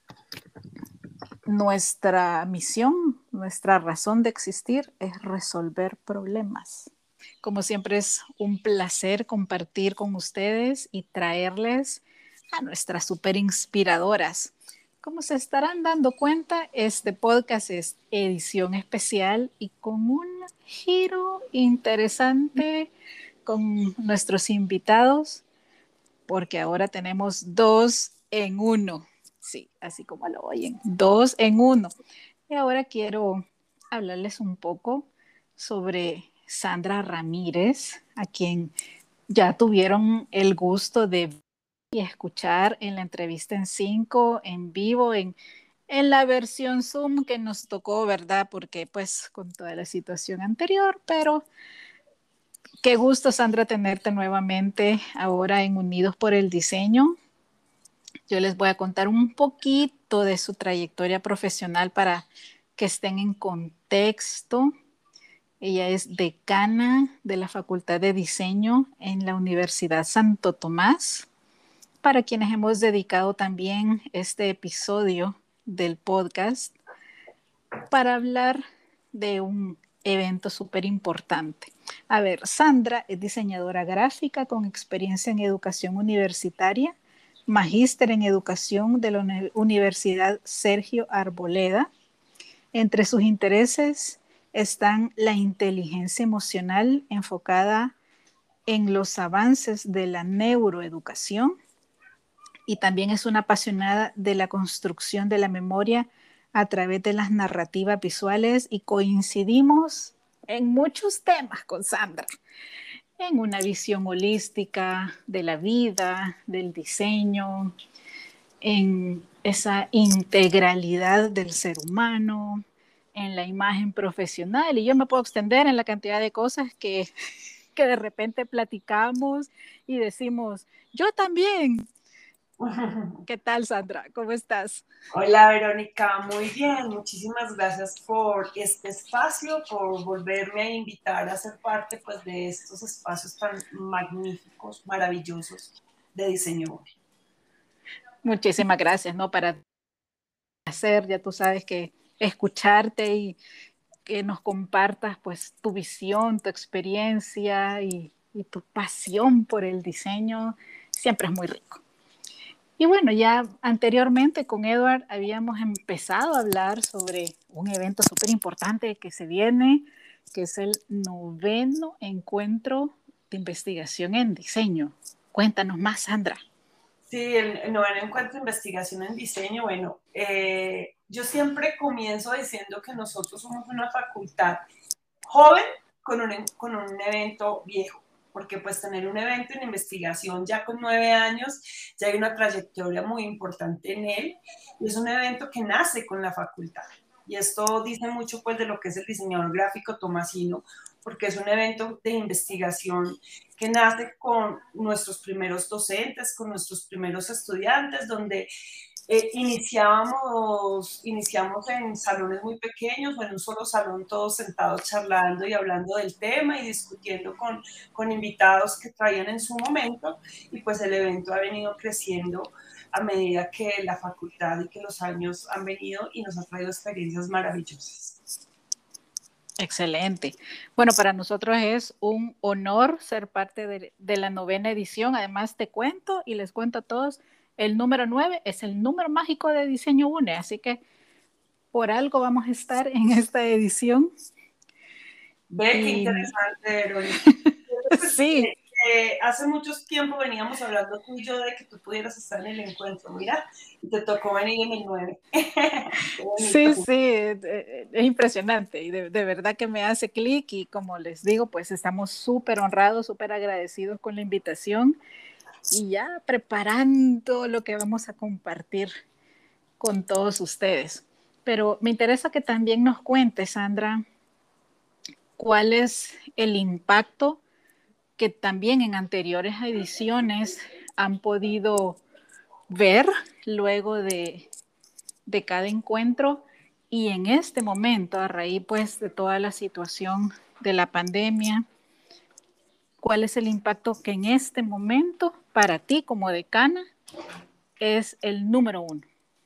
nuestra misión, nuestra razón de existir es resolver problemas. Como siempre es un placer compartir con ustedes y traerles a nuestras super inspiradoras. Como se estarán dando cuenta, este podcast es edición especial y con un giro interesante con nuestros invitados, porque ahora tenemos dos en uno. Sí, así como lo oyen, dos en uno. Y ahora quiero hablarles un poco sobre Sandra Ramírez, a quien ya tuvieron el gusto de y escuchar en la entrevista en cinco, en vivo, en, en la versión Zoom que nos tocó, ¿verdad? Porque pues con toda la situación anterior, pero qué gusto, Sandra, tenerte nuevamente ahora en Unidos por el Diseño. Yo les voy a contar un poquito de su trayectoria profesional para que estén en contexto. Ella es decana de la Facultad de Diseño en la Universidad Santo Tomás, para quienes hemos dedicado también este episodio del podcast para hablar de un evento súper importante. A ver, Sandra es diseñadora gráfica con experiencia en educación universitaria, magíster en educación de la Universidad Sergio Arboleda. Entre sus intereses están la inteligencia emocional enfocada en los avances de la neuroeducación, y también es una apasionada de la construcción de la memoria a través de las narrativas visuales, y coincidimos en muchos temas con Sandra, en una visión holística de la vida, del diseño, en esa integralidad del ser humano, en la imagen profesional. Y yo me puedo extender en la cantidad de cosas que, que de repente platicamos y decimos, yo también. ¿Qué tal, Sandra? ¿Cómo estás? Hola, Verónica, muy bien. Muchísimas gracias por este espacio, por volverme a invitar a ser parte pues, de estos espacios tan magníficos, maravillosos de diseño. Muchísimas gracias, ¿no? Para hacer, ya tú sabes que escucharte y que nos compartas pues tu visión, tu experiencia y, y tu pasión por el diseño siempre es muy rico. Y bueno, ya anteriormente con Edward habíamos empezado a hablar sobre un evento súper importante que se viene, que es el noveno encuentro de investigación en diseño. Cuéntanos más, Sandra. Sí, el, el noveno encuentro de investigación en diseño. Bueno, eh, yo siempre comienzo diciendo que nosotros somos una facultad joven con un, con un evento viejo, porque pues tener un evento en investigación ya con nueve años, ya hay una trayectoria muy importante en él, y es un evento que nace con la facultad. Y esto dice mucho pues de lo que es el diseñador gráfico tomasino, porque es un evento de investigación que nace con nuestros primeros docentes, con nuestros primeros estudiantes, donde eh, iniciábamos, iniciamos en salones muy pequeños o en un solo salón todos sentados charlando y hablando del tema y discutiendo con, con invitados que traían en su momento, y pues el evento ha venido creciendo a medida que la facultad y que los años han venido y nos ha traído experiencias maravillosas. Excelente. Bueno, para nosotros es un honor ser parte de, de la novena edición. Además, te cuento y les cuento a todos, el número nueve es el número mágico de Diseño UNE, así que por algo vamos a estar en esta edición. Ve, y... qué interesante, Verónica. Sí. Eh, hace mucho tiempo veníamos hablando tú y yo de que tú pudieras estar en el encuentro, mira, y te tocó venir en el nueve. Sí, sí, es, es impresionante y de, de verdad que me hace clic, y como les digo, pues estamos súper honrados, súper agradecidos con la invitación y ya preparando lo que vamos a compartir con todos ustedes. Pero me interesa que también nos cuentes, Sandra, cuál es el impacto que también en anteriores ediciones han podido ver luego de, de cada encuentro, y en este momento, a raíz pues de toda la situación de la pandemia, ¿cuál es el impacto que en este momento para ti como decana es el número uno?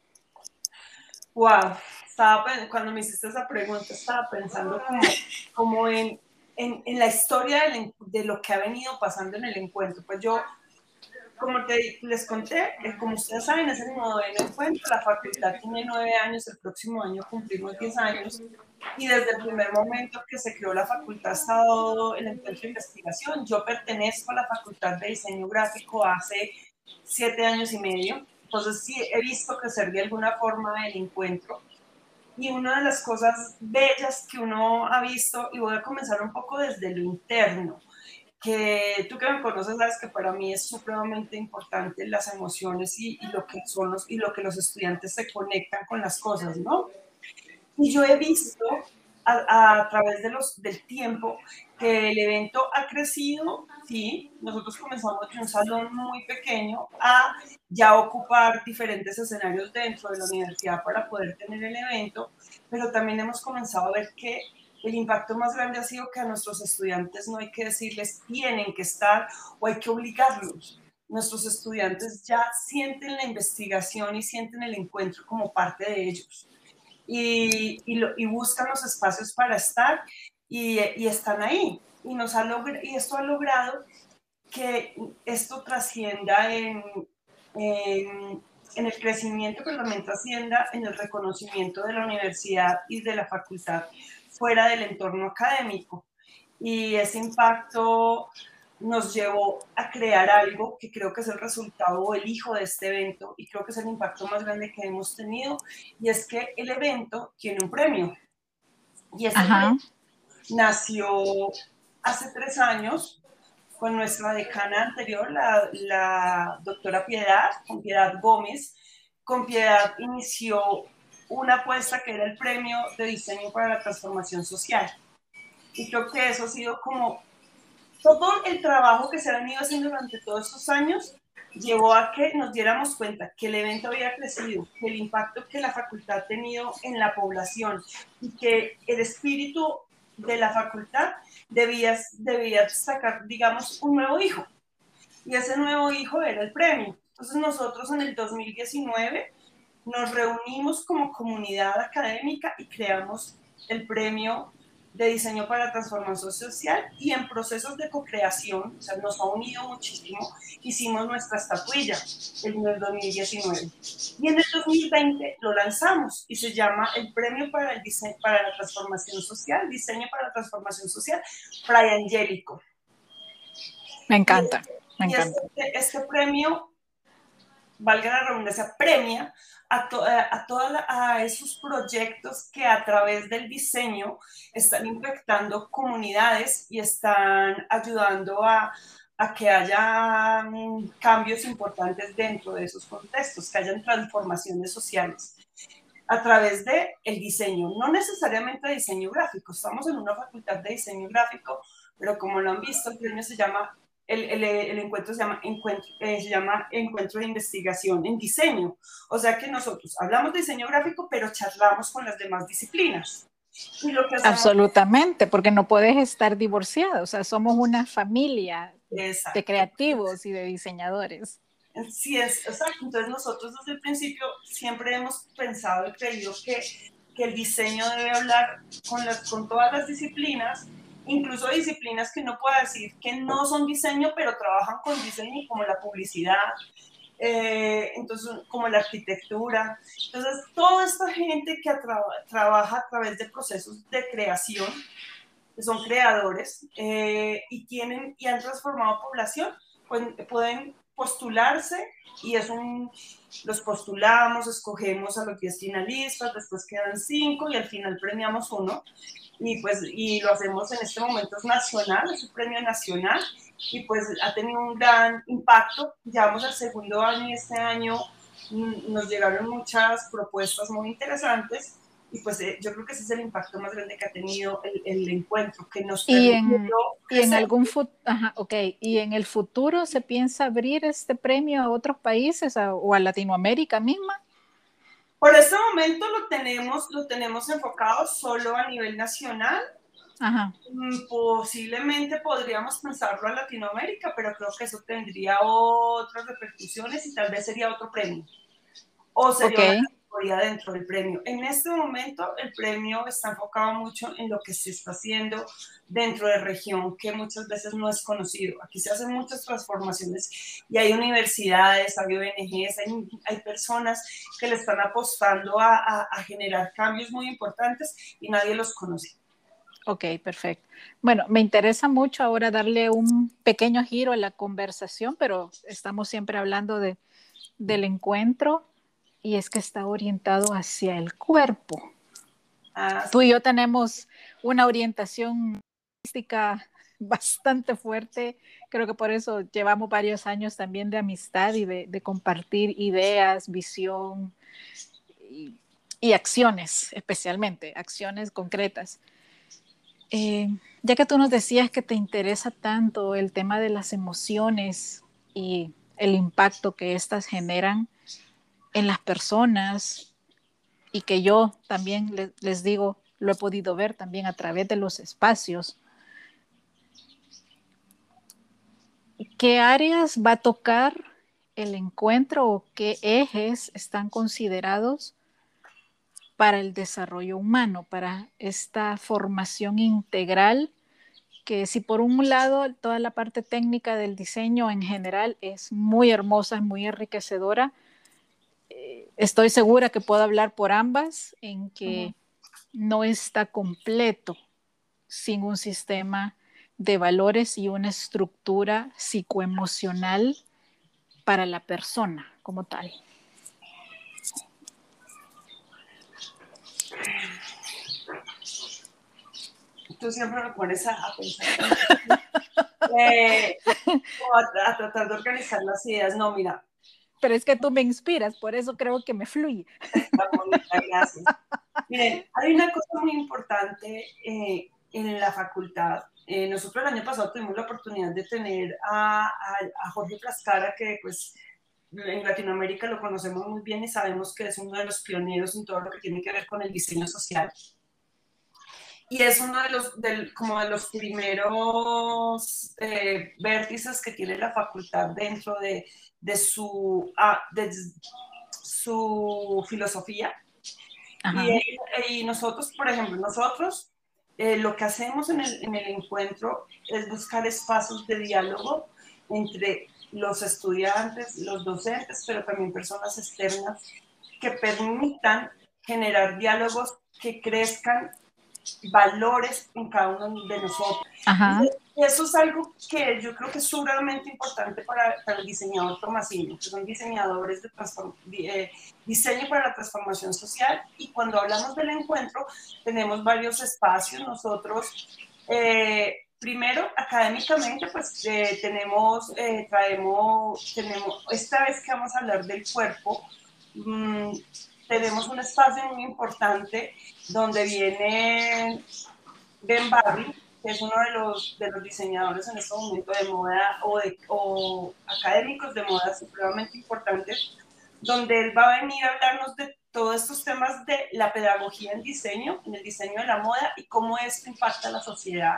Wow, estaba, cuando me hiciste esa pregunta estaba pensando como, como en, en, en la historia de, de lo que ha venido pasando en el encuentro. Pues yo, como te, les conté, como ustedes saben, es el noveno encuentro, la facultad tiene nueve años, el próximo año cumplimos diez años, y desde el primer momento que se creó la facultad ha estado el encuentro de investigación. Yo pertenezco a la facultad de diseño gráfico hace siete años y medio, entonces sí he visto crecer de alguna forma el encuentro, y una de las cosas bellas que uno ha visto, y voy a comenzar un poco desde lo interno, que tú que me conoces sabes que para mí es supremamente importante las emociones y, y lo que son los, y lo que los estudiantes se conectan con las cosas, ¿no? Y yo he visto a, a través de los, del tiempo que el evento ha crecido, sí, nosotros comenzamos de un salón muy pequeño a ya ocupar diferentes escenarios dentro de la universidad para poder tener el evento, pero también hemos comenzado a ver que el impacto más grande ha sido que a nuestros estudiantes no hay que decirles tienen que estar o hay que obligarlos. Nuestros estudiantes ya sienten la investigación y sienten el encuentro como parte de ellos. Y, y, lo, y buscan los espacios para estar y, y están ahí. Y, nos ha logr y esto ha logrado que esto trascienda en, en, en el crecimiento, pero también trascienda en el reconocimiento de la universidad y de la facultad fuera del entorno académico. Y ese impacto nos llevó a crear algo que creo que es el resultado o el hijo de este evento, y creo que es el impacto más grande que hemos tenido, y es que el evento tiene un premio. Y ese Ajá. premio nació hace tres años con nuestra decana anterior, la, la doctora Piedad, con Piedad Gómez. Con Piedad inició una apuesta que era el premio de diseño para la transformación social. Y creo que eso ha sido como todo el trabajo que se ha venido haciendo durante todos estos años llevó a que nos diéramos cuenta que el evento había crecido, que el impacto que la facultad ha tenido en la población y que el espíritu de la facultad debía, debía sacar, digamos, un nuevo hijo. Y ese nuevo hijo era el premio. Entonces nosotros en el dos mil diecinueve nos reunimos como comunidad académica y creamos el premio de diseño para la transformación social, y en procesos de co-creación, o sea, nos ha unido muchísimo, hicimos nuestra estatuilla en el dos mil diecinueve. Y en el dos mil veinte lo lanzamos y se llama el Premio para, el diseño, para la Transformación Social, Diseño para la Transformación Social, Fray Angélico. Me encanta, me y encanta. Este, este premio valga la redundancia, premia a, to, a, a, toda a esos proyectos que a través del diseño están impactando comunidades y están ayudando a, a que haya um, cambios importantes dentro de esos contextos, que hayan transformaciones sociales a través del diseño, no necesariamente diseño gráfico. Estamos en una facultad de diseño gráfico, pero como lo han visto, el premio se llama, el, el, el encuentro, se llama encuentro, eh, se llama Encuentro de Investigación en Diseño. O sea que nosotros hablamos de diseño gráfico, pero charlamos con las demás disciplinas. Y lo que hacemos... Absolutamente, porque no puedes estar divorciado. O sea, somos una familia Exacto. de creativos y de diseñadores. Sí, es exacto. Entonces nosotros desde el principio siempre hemos pensado y creído que, que el diseño debe hablar con, las, con todas las disciplinas, incluso disciplinas que no pueda decir que no son diseño, pero trabajan con diseño, como la publicidad, eh, entonces, como la arquitectura. Entonces, toda esta gente que tra trabaja a través de procesos de creación, que son creadores eh, y, tienen, y han transformado población, pues pueden postularse y es un, los postulamos, escogemos a los diez finalistas, después quedan cinco y al final premiamos uno y pues y lo hacemos en este momento es nacional, es un premio nacional y pues ha tenido un gran impacto. Llevamos el segundo año y este año nos llegaron muchas propuestas muy interesantes y pues eh, yo creo que ese es el impacto más grande que ha tenido el, el encuentro, que nos y en, y en algún Ajá, okay. ¿Y en el futuro se piensa abrir este premio a otros países a, o a Latinoamérica misma? Por este momento lo tenemos, lo tenemos enfocado solo a nivel nacional. Ajá. Posiblemente podríamos pensarlo a Latinoamérica, pero creo que eso tendría otras repercusiones y tal vez sería otro premio. O sería okay. una categoría dentro del premio. En este momento el premio está enfocado mucho en lo que se está haciendo dentro de región, que muchas veces no es conocido. Aquí se hacen muchas transformaciones y hay universidades, hay O N Ges, hay, hay personas que le están apostando a, a, a generar cambios muy importantes y nadie los conoce. Ok, perfecto. Bueno, me interesa mucho ahora darle un pequeño giro a la conversación, pero estamos siempre hablando de, del encuentro y es que está orientado hacia el cuerpo. Ah, Tú y yo tenemos una orientación artística bastante fuerte, creo que por eso llevamos varios años también de amistad y de, de compartir ideas, visión y, y acciones, especialmente, acciones concretas. Eh, ya que tú nos decías que te interesa tanto el tema de las emociones y el impacto que éstas generan en las personas y que yo también le, les digo, lo he podido ver también a través de los espacios, ¿qué áreas va a tocar el encuentro o qué ejes están considerados para el desarrollo humano, para esta formación integral? Que si por un lado toda la parte técnica del diseño en general es muy hermosa, es muy enriquecedora, eh, estoy segura que puedo hablar por ambas en que uh-huh. no está completo sin un sistema de valores y una estructura psicoemocional para la persona como tal. Tú siempre me pones a, a pensar, eh, a, a tratar de organizar las ideas. No, mira. Pero es que tú me inspiras, por eso creo que me fluye. Está bonita, gracias. Miren, hay una cosa muy importante eh, en la facultad. Eh, nosotros el año pasado tuvimos la oportunidad de tener a, a, a Jorge Frascara, que pues en Latinoamérica lo conocemos muy bien y sabemos que es uno de los pioneros en todo lo que tiene que ver con el diseño social. Y es uno de los, del, como de los primeros eh, vértices que tiene la facultad dentro de, de, su, ah, de su filosofía. Y, y nosotros, por ejemplo, nosotros eh, lo que hacemos en el, en el encuentro es buscar espacios de diálogo entre los estudiantes, los docentes, pero también personas externas que permitan generar diálogos que crezcan valores en cada uno de nosotros. Ajá. Y eso es algo que yo creo que es sumamente importante para, para el diseñador tomasino, que son diseñadores de eh, diseño para la transformación social. Y cuando hablamos del encuentro, tenemos varios espacios. Nosotros, eh, primero, académicamente, pues eh, tenemos, eh, traemos, tenemos, esta vez que vamos a hablar del cuerpo, mmm, tenemos un espacio muy importante donde viene Ben Barry, que es uno de los, de los diseñadores en este momento de moda o, de, o académicos de moda supremamente importantes, donde él va a venir a hablarnos de todos estos temas de la pedagogía en diseño, en el diseño de la moda y cómo esto impacta a la sociedad.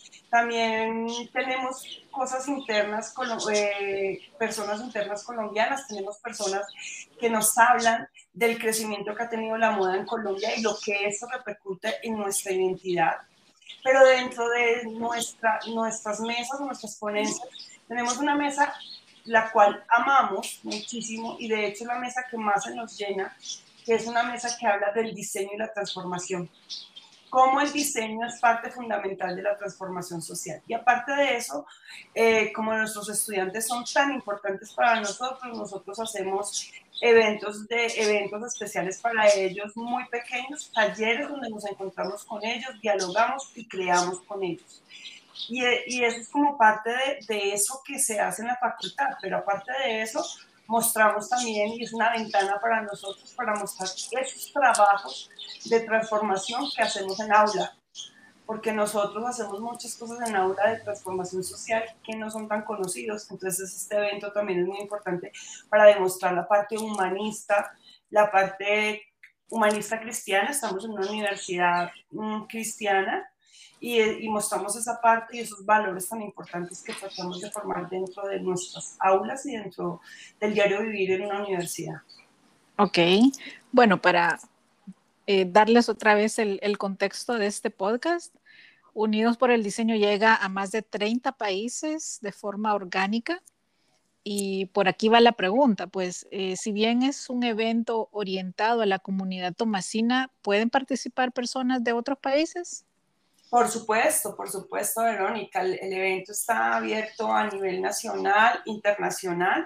También tenemos cosas internas, eh, personas internas colombianas, tenemos personas que nos hablan del crecimiento que ha tenido la moda en Colombia y lo que eso repercute en nuestra identidad. Pero dentro de nuestra, nuestras mesas, nuestras ponencias, tenemos una mesa la cual amamos muchísimo y de hecho la mesa que más se nos llena, que es una mesa que habla del diseño y la transformación. Cómo el diseño es parte fundamental de la transformación social. Y aparte de eso, eh, como nuestros estudiantes son tan importantes para nosotros, nosotros hacemos eventos, de, eventos especiales para ellos muy pequeños, talleres donde nos encontramos con ellos, dialogamos y creamos con ellos. Y, y eso es como parte de, de eso que se hace en la facultad, pero aparte de eso, mostramos también, y es una ventana para nosotros, para mostrar esos trabajos de transformación que hacemos en aula, porque nosotros hacemos muchas cosas en aula de transformación social que no son tan conocidos, entonces este evento también es muy importante para demostrar la parte humanista, la parte humanista cristiana, estamos en una universidad um, cristiana, Y, y mostramos esa parte y esos valores tan importantes que tratamos de formar dentro de nuestras aulas y dentro del diario vivir en una universidad. Ok, bueno, para eh, darles otra vez el, el contexto de este podcast, Unidos por el Diseño llega a más de treinta países de forma orgánica. Y por aquí va la pregunta, pues eh, si bien es un evento orientado a la comunidad tomasina, ¿pueden participar personas de otros países? Por supuesto, por supuesto, Verónica, el, el evento está abierto a nivel nacional, internacional.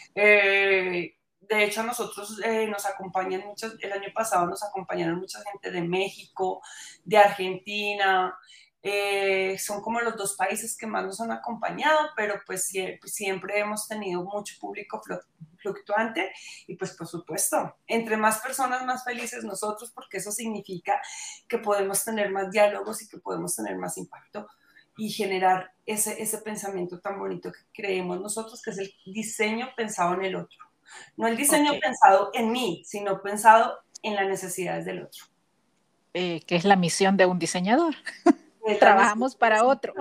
Eh, de hecho, nosotros eh, nos acompañan muchos, el año pasado nos acompañaron mucha gente de México, de Argentina, eh, son como los dos países que más nos han acompañado, pero pues siempre, siempre hemos tenido mucho público fluctuante y pues por supuesto, entre más personas más felices nosotros, porque eso significa que podemos tener más diálogos y que podemos tener más impacto y generar ese, ese pensamiento tan bonito que creemos nosotros, que es el diseño pensado en el otro. No el diseño okay. pensado en mí, sino pensado en las necesidades del otro. Eh, que es la misión de un diseñador. Trabajamos para otro.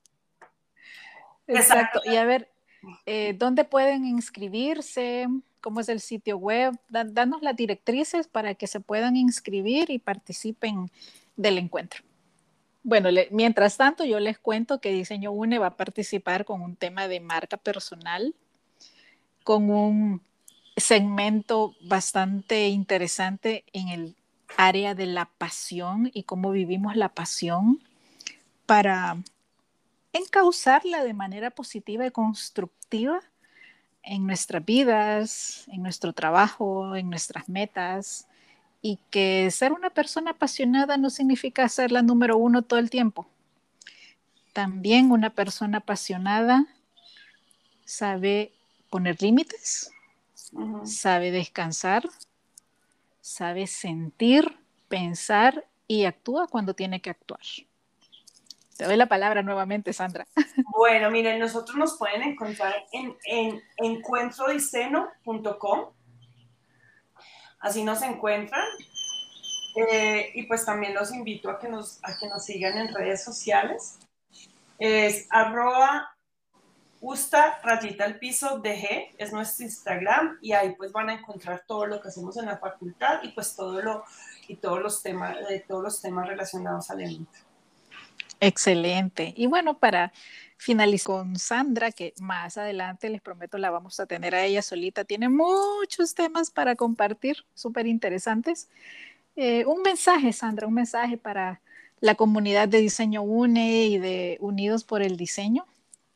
Exacto. Y a ver, eh, ¿dónde pueden inscribirse? ¿Cómo es el sitio web? Danos las directrices para que se puedan inscribir y participen del encuentro. Bueno, le, mientras tanto yo les cuento que Diseño Une va a participar con un tema de marca personal, con un segmento bastante interesante en el área de la pasión y cómo vivimos la pasión para encauzarla de manera positiva y constructiva en nuestras vidas, en nuestro trabajo, en nuestras metas, y que ser una persona apasionada no significa ser la número uno todo el tiempo. También una persona apasionada sabe poner límites, uh-huh. sabe descansar, sabe sentir, pensar y actúa cuando tiene que actuar. Te doy la palabra nuevamente, Sandra. Bueno, miren, nosotros nos pueden encontrar en, en encuentro diseño punto com. Así nos encuentran. Eh, y pues también los invito a que nos, a que nos sigan en redes sociales. Es arroba usta rayita al piso dg, es nuestro Instagram, y ahí pues van a encontrar todo lo que hacemos en la facultad y pues todo lo, y todos los temas, eh, todos los temas relacionados al evento. Excelente. Y bueno, para finalizar con Sandra, que más adelante les prometo la vamos a tener a ella solita, tiene muchos temas para compartir, súper interesantes. Eh, un mensaje, Sandra, un mensaje para la comunidad de Diseño UNE y de Unidos por el Diseño?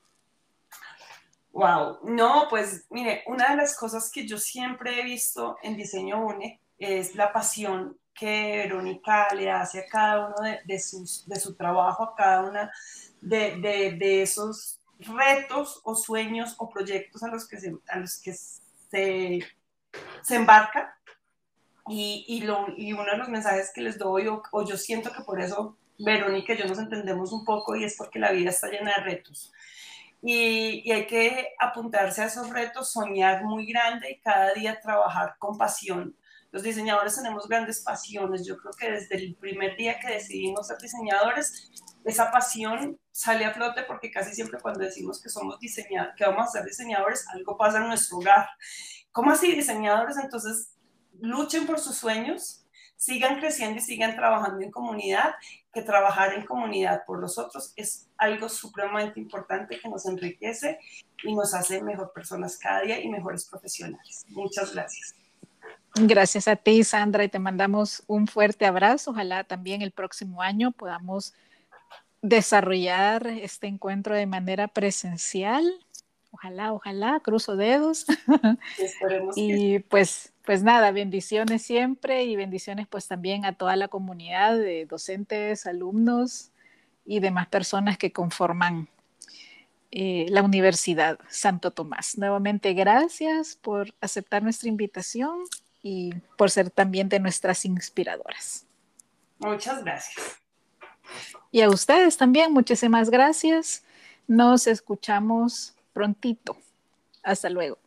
Wow, no, pues mire, una de las cosas que yo siempre he visto en Diseño UNE es la pasión que Verónica le hace a cada uno de, de, sus, de su trabajo, a cada una de, de, de esos retos o sueños o proyectos a los que se, a los que se, se embarca. Y, y, lo, y uno de los mensajes que les doy, o, o yo siento que por eso Verónica y yo nos entendemos un poco, y es porque la vida está llena de retos. Y, y hay que apuntarse a esos retos, soñar muy grande y cada día trabajar con pasión. Los diseñadores tenemos grandes pasiones. Yo creo que desde el primer día que decidimos ser diseñadores, esa pasión sale a flote, porque casi siempre cuando decimos que somos diseñadores, que vamos a ser diseñadores, algo pasa en nuestro hogar. ¿Cómo así diseñadores? Entonces, luchen por sus sueños, sigan creciendo y sigan trabajando en comunidad, que trabajar en comunidad por los otros es algo supremamente importante que nos enriquece y nos hace mejor personas cada día y mejores profesionales. Muchas gracias. Gracias a ti, Sandra, y te mandamos un fuerte abrazo. Ojalá también el próximo año podamos desarrollar este encuentro de manera presencial. Ojalá, ojalá, cruzo dedos. Esperemos y que... pues, pues nada, bendiciones siempre, y bendiciones pues también a toda la comunidad de docentes, alumnos y demás personas que conforman eh, la Universidad Santo Tomás. Nuevamente, gracias por aceptar nuestra invitación y por ser también de nuestras inspiradoras. Muchas gracias. Y a ustedes también, muchísimas gracias. Nos escuchamos prontito. Hasta luego.